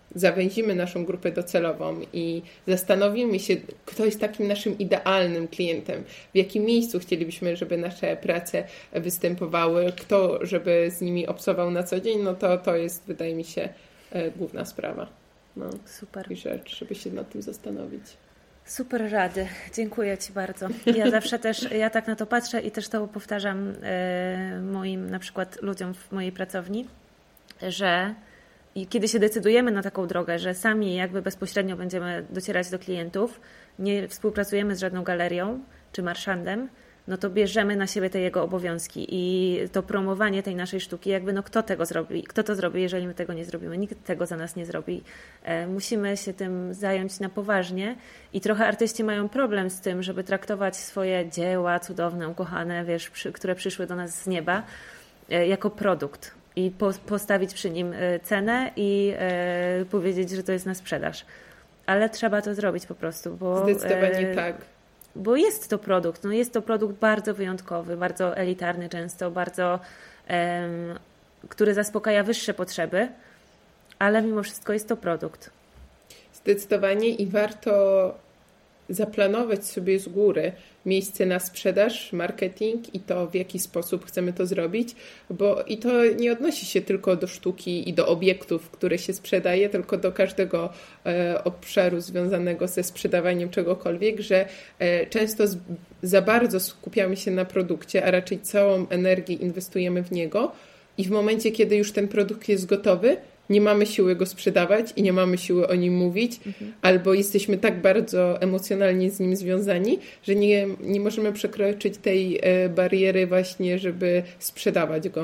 zawęzimy naszą grupę docelową i zastanowimy się, kto jest takim naszym idealnym klientem, w jakim miejscu chcielibyśmy, żeby nasze prace występowały, kto żeby z nimi obcował na co dzień, no to jest, wydaje mi się, główna sprawa. No, super. I rzecz, żeby się nad tym zastanowić. Super rady. Dziękuję Ci bardzo. Ja zawsze też, ja tak na to patrzę i też to powtarzam moim na przykład ludziom w mojej pracowni, że i kiedy się decydujemy na taką drogę, że sami jakby bezpośrednio będziemy docierać do klientów, nie współpracujemy z żadną galerią czy marszandem, no to bierzemy na siebie te jego obowiązki i to promowanie tej naszej sztuki, jakby no kto tego zrobi, kto to zrobi, jeżeli my tego nie zrobimy, nikt tego za nas nie zrobi. Musimy się tym zająć na poważnie i trochę artyści mają problem z tym, żeby traktować swoje dzieła cudowne, ukochane, wiesz, które przyszły do nas z nieba, jako produkt i postawić przy nim cenę i powiedzieć, że to jest na sprzedaż. Ale trzeba to zrobić po prostu, bo... Zdecydowanie tak. Bo jest to produkt, no jest to produkt bardzo wyjątkowy, bardzo elitarny często, bardzo, który zaspokaja wyższe potrzeby, ale mimo wszystko jest to produkt. Zdecydowanie i warto zaplanować sobie z góry miejsce na sprzedaż, marketing i to, w jaki sposób chcemy to zrobić, bo i to nie odnosi się tylko do sztuki i do obiektów, które się sprzedaje, tylko do każdego obszaru związanego ze sprzedawaniem czegokolwiek, że często za bardzo skupiamy się na produkcie, a raczej całą energię inwestujemy w niego i w momencie, kiedy już ten produkt jest gotowy, nie mamy siły go sprzedawać i nie mamy siły o nim mówić, albo jesteśmy tak bardzo emocjonalnie z nim związani, że nie możemy przekroczyć tej bariery właśnie, żeby sprzedawać go.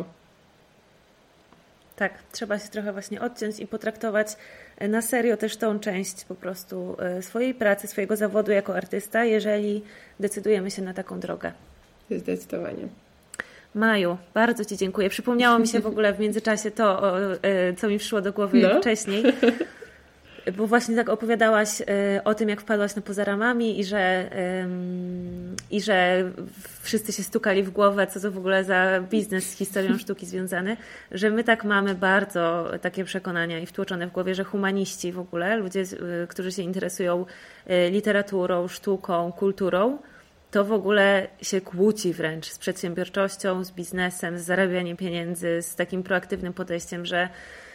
Tak, trzeba się trochę właśnie odciąć i potraktować na serio też tą część po prostu swojej pracy, swojego zawodu jako artysta, jeżeli decydujemy się na taką drogę. Zdecydowanie. Maju, bardzo Ci dziękuję. Przypomniało mi się w ogóle w międzyczasie to, co mi przyszło do głowy wcześniej, bo właśnie tak opowiadałaś o tym, jak wpadłaś na Poza ramami i że wszyscy się stukali w głowę, co to w ogóle za biznes z historią sztuki związany, że my tak mamy bardzo takie przekonania i wtłoczone w głowie, że humaniści w ogóle, ludzie, którzy się interesują literaturą, sztuką, kulturą, to w ogóle się kłóci wręcz z przedsiębiorczością, z biznesem, z zarabianiem pieniędzy, z takim proaktywnym podejściem, że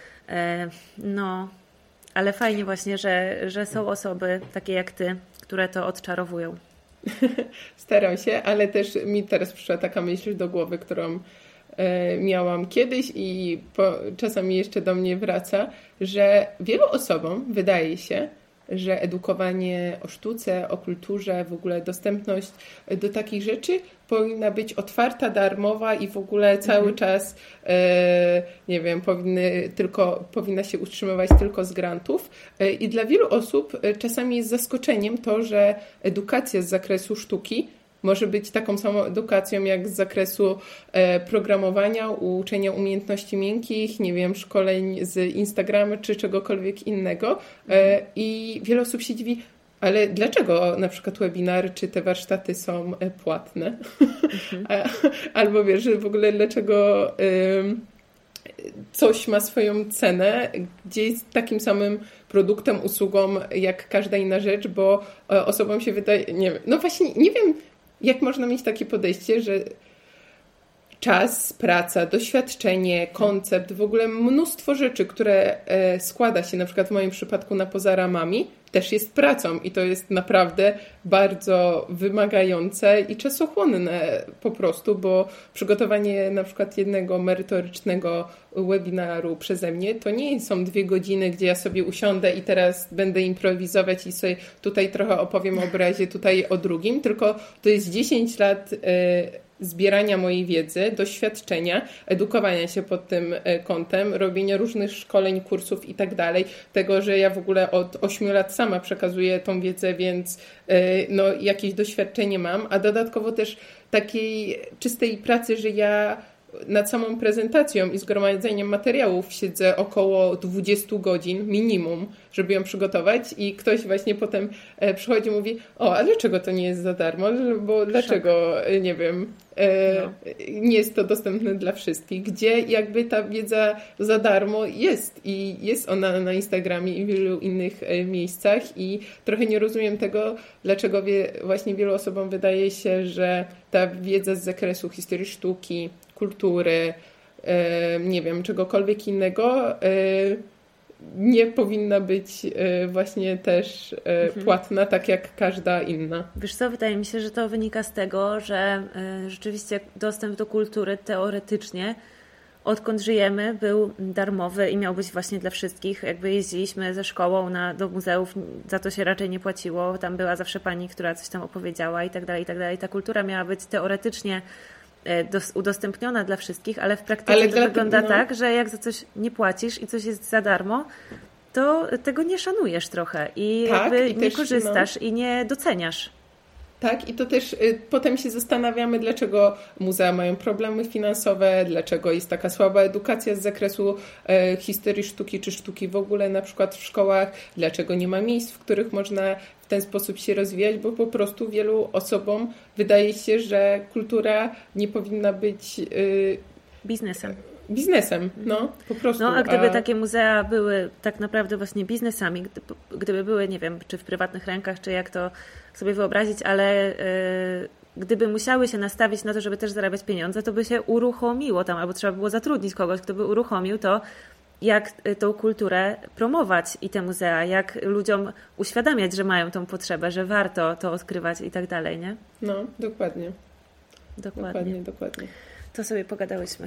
no, ale fajnie właśnie, że są osoby takie jak Ty, które to odczarowują. Staram się, ale też mi teraz przyszła taka myśl do głowy, którą miałam kiedyś i czasami jeszcze do mnie wraca, że wielu osobom wydaje się, że edukowanie o sztuce, o kulturze, w ogóle dostępność do takich rzeczy powinna być otwarta, darmowa i w ogóle cały czas, nie wiem, powinna się utrzymywać tylko z grantów. I dla wielu osób czasami jest zaskoczeniem to, że edukacja z zakresu sztuki może być taką samą edukacją jak z zakresu programowania, uczenia umiejętności miękkich, nie wiem, szkoleń z Instagrama czy czegokolwiek innego. I wiele osób się dziwi, ale dlaczego na przykład webinary czy te warsztaty są płatne? Albo wiesz, że w ogóle dlaczego coś ma swoją cenę, gdzie jest takim samym produktem, usługą jak każda inna rzecz, bo osobom się wydaje, nie wiem, no właśnie nie wiem, jak można mieć takie podejście, że czas, praca, doświadczenie, koncept, w ogóle mnóstwo rzeczy, które składa się na przykład w moim przypadku na Poza ramami, też jest pracą i to jest naprawdę bardzo wymagające i czasochłonne po prostu, bo przygotowanie na przykład jednego merytorycznego webinaru przeze mnie to nie są 2 godziny, gdzie ja sobie usiądę i teraz będę improwizować i sobie tutaj trochę opowiem o obrazie, tutaj o drugim, tylko to jest 10 lat zbierania mojej wiedzy, doświadczenia, edukowania się pod tym kątem, robienia różnych szkoleń, kursów i tak dalej, tego, że ja w ogóle od 8 lat sama przekazuję tą wiedzę, więc no, jakieś doświadczenie mam, a dodatkowo też takiej czystej pracy, że ja nad samą prezentacją i zgromadzeniem materiałów siedzę około 20 godzin minimum, żeby ją przygotować i ktoś właśnie potem przychodzi i mówi, a dlaczego to nie jest za darmo? Bo dlaczego, nie wiem, nie jest to dostępne dla wszystkich, gdzie jakby ta wiedza za darmo jest i jest ona na Instagramie i w wielu innych miejscach i trochę nie rozumiem tego, dlaczego właśnie wielu osobom wydaje się, że ta wiedza z zakresu historii sztuki, kultury, nie wiem, czegokolwiek innego nie powinna być właśnie też płatna, tak jak każda inna. Wiesz co, wydaje mi się, że to wynika z tego, że rzeczywiście dostęp do kultury teoretycznie odkąd żyjemy był darmowy i miał być właśnie dla wszystkich. Jakby jeździliśmy ze szkołą do muzeów, za to się raczej nie płaciło. Tam była zawsze pani, która coś tam opowiedziała i tak dalej, i tak dalej. Ta kultura miała być teoretycznie udostępniona dla wszystkich, ale w praktyce to wygląda tak, że jak za coś nie płacisz i coś jest za darmo, to tego nie szanujesz trochę i jakby nie korzystasz i nie doceniasz. Tak, i to też potem się zastanawiamy, dlaczego muzea mają problemy finansowe, dlaczego jest taka słaba edukacja z zakresu historii sztuki czy sztuki w ogóle na przykład w szkołach, dlaczego nie ma miejsc, w których można w ten sposób się rozwijać, bo po prostu wielu osobom wydaje się, że kultura nie powinna być biznesem, po prostu. No, a gdyby takie muzea były tak naprawdę właśnie biznesami, gdyby były, nie wiem, czy w prywatnych rękach, czy jak to sobie wyobrazić, ale gdyby musiały się nastawić na to, żeby też zarabiać pieniądze, to by się uruchomiło tam, albo trzeba było zatrudnić kogoś, kto by uruchomił to, jak tą kulturę promować i te muzea, jak ludziom uświadamiać, że mają tą potrzebę, że warto to odkrywać i tak dalej, nie? No, dokładnie. Dokładnie. To sobie pogadałyśmy.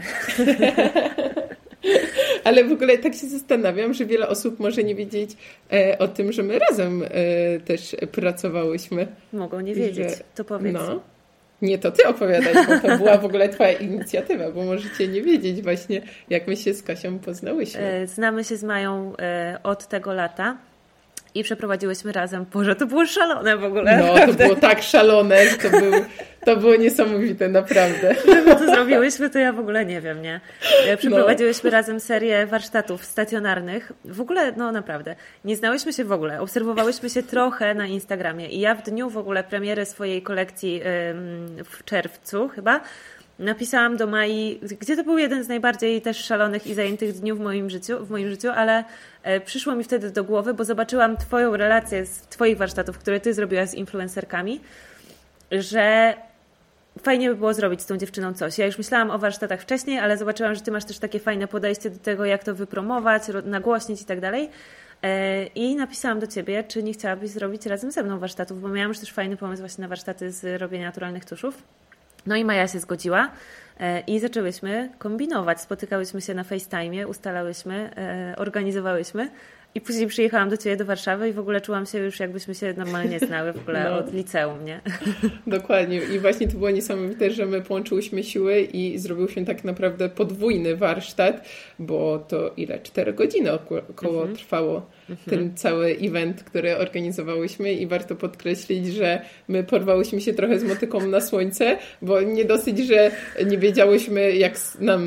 Ale w ogóle tak się zastanawiam, że wiele osób może nie wiedzieć o tym, że my razem też pracowałyśmy. Mogą nie wiedzieć, to powiedz. No. Nie, to ty opowiadaj, bo to była w ogóle twoja inicjatywa, bo możecie nie wiedzieć właśnie, jak my się z Kasią poznałyśmy. Znamy się z Mają od tego lata. I przeprowadziłyśmy razem. Boże, to było szalone w ogóle. No, naprawdę. To było tak szalone, to było niesamowite, naprawdę. Że my to zrobiłyśmy, to ja w ogóle nie wiem, nie? Przeprowadziłyśmy razem serię warsztatów stacjonarnych. W ogóle, no naprawdę, nie znałyśmy się w ogóle. Obserwowałyśmy się trochę na Instagramie i ja w dniu w ogóle premiery swojej kolekcji w czerwcu chyba napisałam do Mai, gdzie to był jeden z najbardziej też szalonych i zajętych dni w moim życiu, ale przyszło mi wtedy do głowy, bo zobaczyłam twoją relację z twoich warsztatów, które ty zrobiłaś z influencerkami, że fajnie by było zrobić z tą dziewczyną coś. Ja już myślałam o warsztatach wcześniej, ale zobaczyłam, że ty masz też takie fajne podejście do tego, jak to wypromować, nagłośnić i tak dalej. I napisałam do ciebie, czy nie chciałabyś zrobić razem ze mną warsztatów, bo miałam już też fajny pomysł właśnie na warsztaty z robienia naturalnych tuszów. No i Maja się zgodziła i zaczęłyśmy kombinować. Spotykałyśmy się na FaceTime'ie, ustalałyśmy, organizowałyśmy i później przyjechałam do ciebie do Warszawy i w ogóle czułam się już, jakbyśmy się normalnie znały w ogóle od liceum, nie? Dokładnie. I właśnie to było niesamowite, że my połączyłyśmy siły i zrobiłyśmy tak naprawdę podwójny warsztat, bo to 4 godziny około trwało ten cały event, który organizowałyśmy i warto podkreślić, że my porwałyśmy się trochę z motyką na słońce, bo nie dosyć, że nie wiedziałyśmy, jak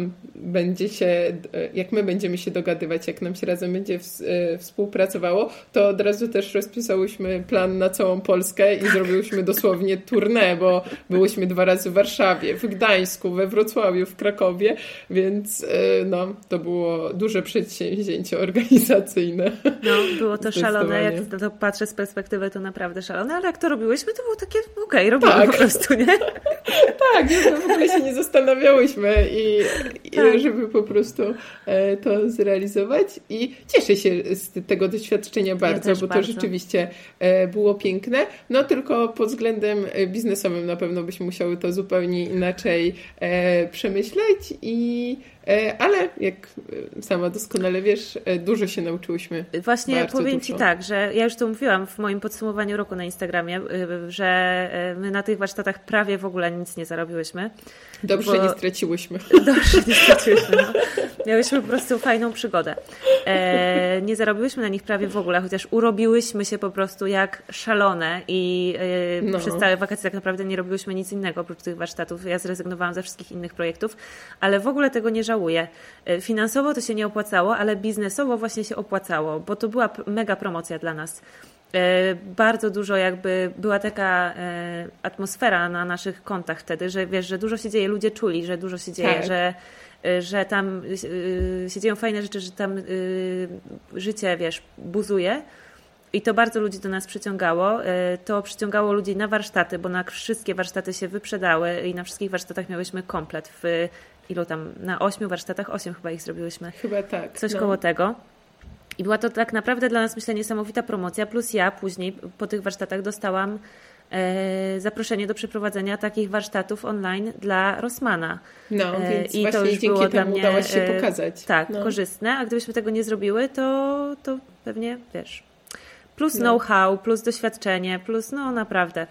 my będziemy się dogadywać, jak nam się razem będzie współpracowało, to od razu też rozpisałyśmy plan na całą Polskę i zrobiłyśmy dosłownie tournée, bo byłyśmy 2 razy w Warszawie, w Gdańsku, we Wrocławiu, w Krakowie, więc to było duże przedsięwzięcie organizacyjne. No, było to szalone, jak to patrzę z perspektywy, to naprawdę szalone, ale jak to robiłyśmy, to było takie robimy po prostu, nie? Tak, w ogóle się nie zastanawiałyśmy i żeby po prostu to zrealizować i cieszę się z tego doświadczenia bardzo, bo to rzeczywiście było piękne, no tylko pod względem biznesowym na pewno byśmy musiały to zupełnie inaczej przemyśleć ale jak sama doskonale wiesz, dużo się nauczyłyśmy. Właśnie powiem Ci tak, że ja już to mówiłam w moim podsumowaniu roku na Instagramie, że my na tych warsztatach prawie w ogóle nic nie zarobiłyśmy. Dobrze nie straciłyśmy. Dobrze nie straciłyśmy, no. Miałyśmy po prostu fajną przygodę. Nie zarobiłyśmy na nich prawie w ogóle, chociaż urobiłyśmy się po prostu jak szalone i przez całe wakacje tak naprawdę nie robiłyśmy nic innego oprócz tych warsztatów. Ja zrezygnowałam ze wszystkich innych projektów, ale w ogóle tego nie żałuję. Finansowo to się nie opłacało, ale biznesowo właśnie się opłacało, bo to była mega promocja dla nas. Bardzo dużo jakby była taka atmosfera na naszych kontach wtedy, że wiesz, że dużo się dzieje, ludzie czuli, że dużo się dzieje, że tam się dzieją fajne rzeczy, że tam życie, wiesz, buzuje. I to bardzo ludzi do nas przyciągało. To przyciągało ludzi na warsztaty, bo na wszystkie warsztaty się wyprzedały i na wszystkich warsztatach miałyśmy komplet. Ilu tam? Na 8 warsztatach? 8 chyba ich zrobiłyśmy. Chyba tak. Coś koło tego. I była to tak naprawdę dla nas, myślę, niesamowita promocja. Plus ja później po tych warsztatach dostałam zaproszenie do przeprowadzenia takich warsztatów online dla Rossmana. No, więc i właśnie to już dzięki temu udało się pokazać. Tak, korzystne. A gdybyśmy tego nie zrobiły, to pewnie, wiesz, plus know-how, plus doświadczenie, plus naprawdę.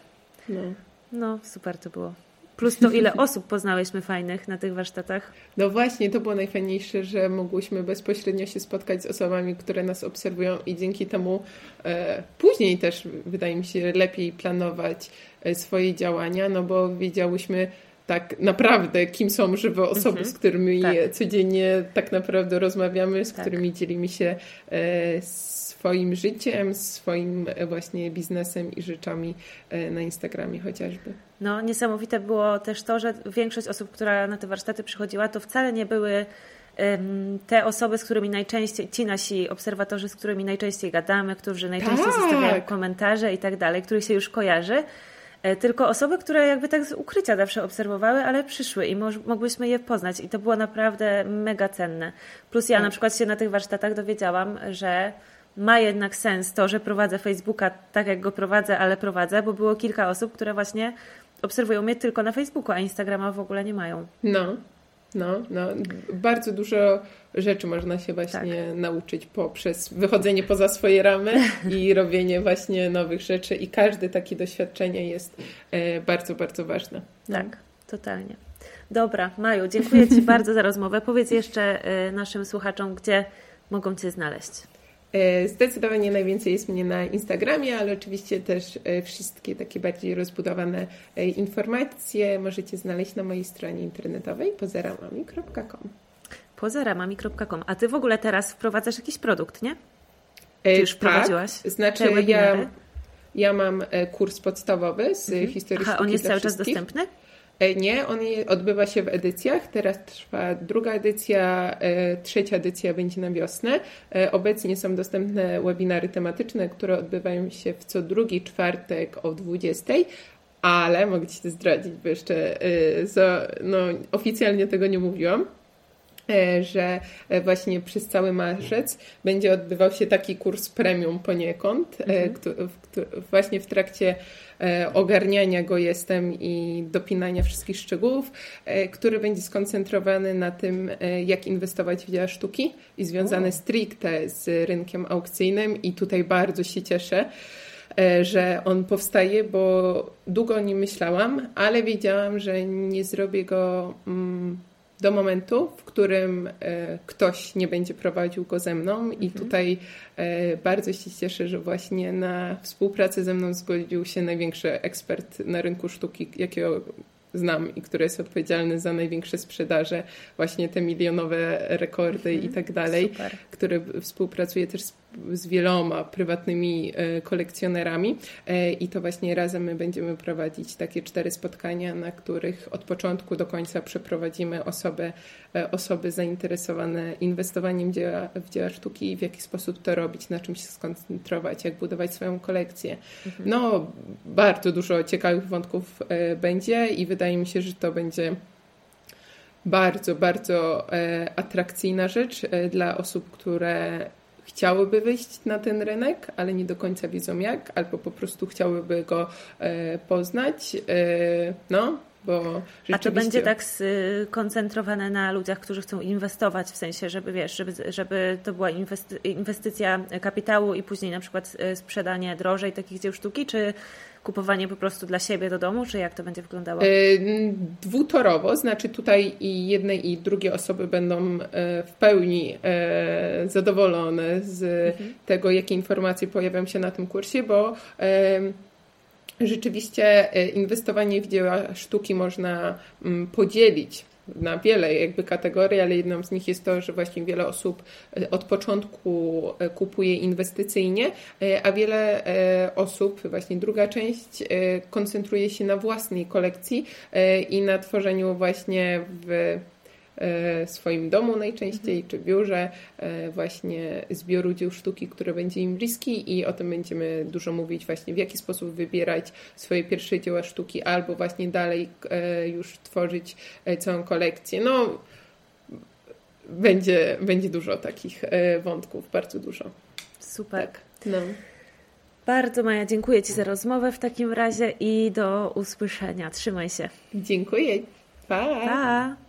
No, super to było. Plus to, ile osób poznałyśmy fajnych na tych warsztatach. No właśnie, to było najfajniejsze, że mogłyśmy bezpośrednio się spotkać z osobami, które nas obserwują i dzięki temu później też, wydaje mi się, lepiej planować swoje działania, no bo wiedziałyśmy tak naprawdę, kim są żywe osoby, z którymi codziennie tak naprawdę rozmawiamy, z którymi dzielimy się swoim życiem, swoim właśnie biznesem i rzeczami na Instagramie chociażby. No, niesamowite było też to, że większość osób, która na te warsztaty przychodziła, to wcale nie były te osoby, z którymi najczęściej, ci nasi obserwatorzy, z którymi najczęściej gadamy, którzy najczęściej zostawiają komentarze i tak dalej, których się już kojarzy, tylko osoby, które jakby tak z ukrycia zawsze obserwowały, ale przyszły i mogłyśmy je poznać i to było naprawdę mega cenne. Plus ja na przykład się na tych warsztatach dowiedziałam, że ma jednak sens to, że prowadzę Facebooka tak, jak go prowadzę, ale prowadzę, bo było kilka osób, które właśnie obserwują mnie tylko na Facebooku, a Instagrama w ogóle nie mają. No. Bardzo dużo rzeczy można się właśnie nauczyć poprzez wychodzenie poza swoje ramy i robienie właśnie nowych rzeczy i każde takie doświadczenie jest bardzo, bardzo ważne. Tak, totalnie. Dobra, Maju, dziękuję Ci bardzo za rozmowę. Powiedz jeszcze naszym słuchaczom, gdzie mogą Cię znaleźć. Zdecydowanie najwięcej jest mnie na Instagramie, ale oczywiście też wszystkie takie bardziej rozbudowane informacje możecie znaleźć na mojej stronie internetowej pozaramami.com. Pozaramami.com. A Ty w ogóle teraz wprowadzasz jakiś produkt, nie? Ty już wprowadziłaś? Znaczy ja mam kurs podstawowy z historii sztuki. On jest cały czas dostępny? Nie, on odbywa się w edycjach. Teraz trwa 2. edycja, 3. edycja będzie na wiosnę. Obecnie są dostępne webinary tematyczne, które odbywają się w co drugi czwartek o 20:00, ale mogę Ci to zdradzić, bo jeszcze oficjalnie tego nie mówiłam, że właśnie przez cały marzec będzie odbywał się taki kurs premium poniekąd, właśnie w trakcie ogarniania go jestem i dopinania wszystkich szczegółów, który będzie skoncentrowany na tym, jak inwestować w dzieła sztuki i związane stricte z rynkiem aukcyjnym i tutaj bardzo się cieszę, że on powstaje, bo długo o nim myślałam, ale wiedziałam, że nie zrobię go do momentu, w którym ktoś nie będzie prowadził go ze mną i tutaj bardzo się cieszę, że właśnie na współpracę ze mną zgodził się największy ekspert na rynku sztuki, jakiego znam i który jest odpowiedzialny za największe sprzedaże, właśnie te milionowe rekordy i tak dalej, który współpracuje też z wieloma prywatnymi kolekcjonerami i to właśnie razem my będziemy prowadzić takie 4 spotkania, na których od początku do końca przeprowadzimy osoby zainteresowane inwestowaniem w dzieła sztuki i w jaki sposób to robić, na czym się skoncentrować, jak budować swoją kolekcję. No, bardzo dużo ciekawych wątków będzie i wydaje mi się, że to będzie bardzo, bardzo atrakcyjna rzecz dla osób, które chciałyby wyjść na ten rynek, ale nie do końca wiedzą jak, albo po prostu chciałyby go poznać. Bo rzeczywiście... A to będzie tak skoncentrowane na ludziach, którzy chcą inwestować, w sensie, żeby to była inwestycja kapitału i później na przykład sprzedanie drożej takich dzieł sztuki, czy kupowanie po prostu dla siebie do domu, czy jak to będzie wyglądało? Dwutorowo, znaczy tutaj i jednej i drugiej osoby będą w pełni zadowolone z tego, jakie informacje pojawią się na tym kursie, bo rzeczywiście inwestowanie w dzieła sztuki można podzielić na wiele jakby kategorii, ale jedną z nich jest to, że właśnie wiele osób od początku kupuje inwestycyjnie, a wiele osób, właśnie druga część, koncentruje się na własnej kolekcji i na tworzeniu właśnie w swoim domu najczęściej, czy biurze właśnie zbioru dzieł sztuki, który będzie im bliski, i o tym będziemy dużo mówić właśnie, w jaki sposób wybierać swoje pierwsze dzieła sztuki, albo właśnie dalej już tworzyć całą kolekcję. No, będzie dużo takich wątków, bardzo dużo. Super. Tak, no. Bardzo, Maja, dziękuję Ci za rozmowę w takim razie i do usłyszenia. Trzymaj się. Dziękuję. Pa! Pa!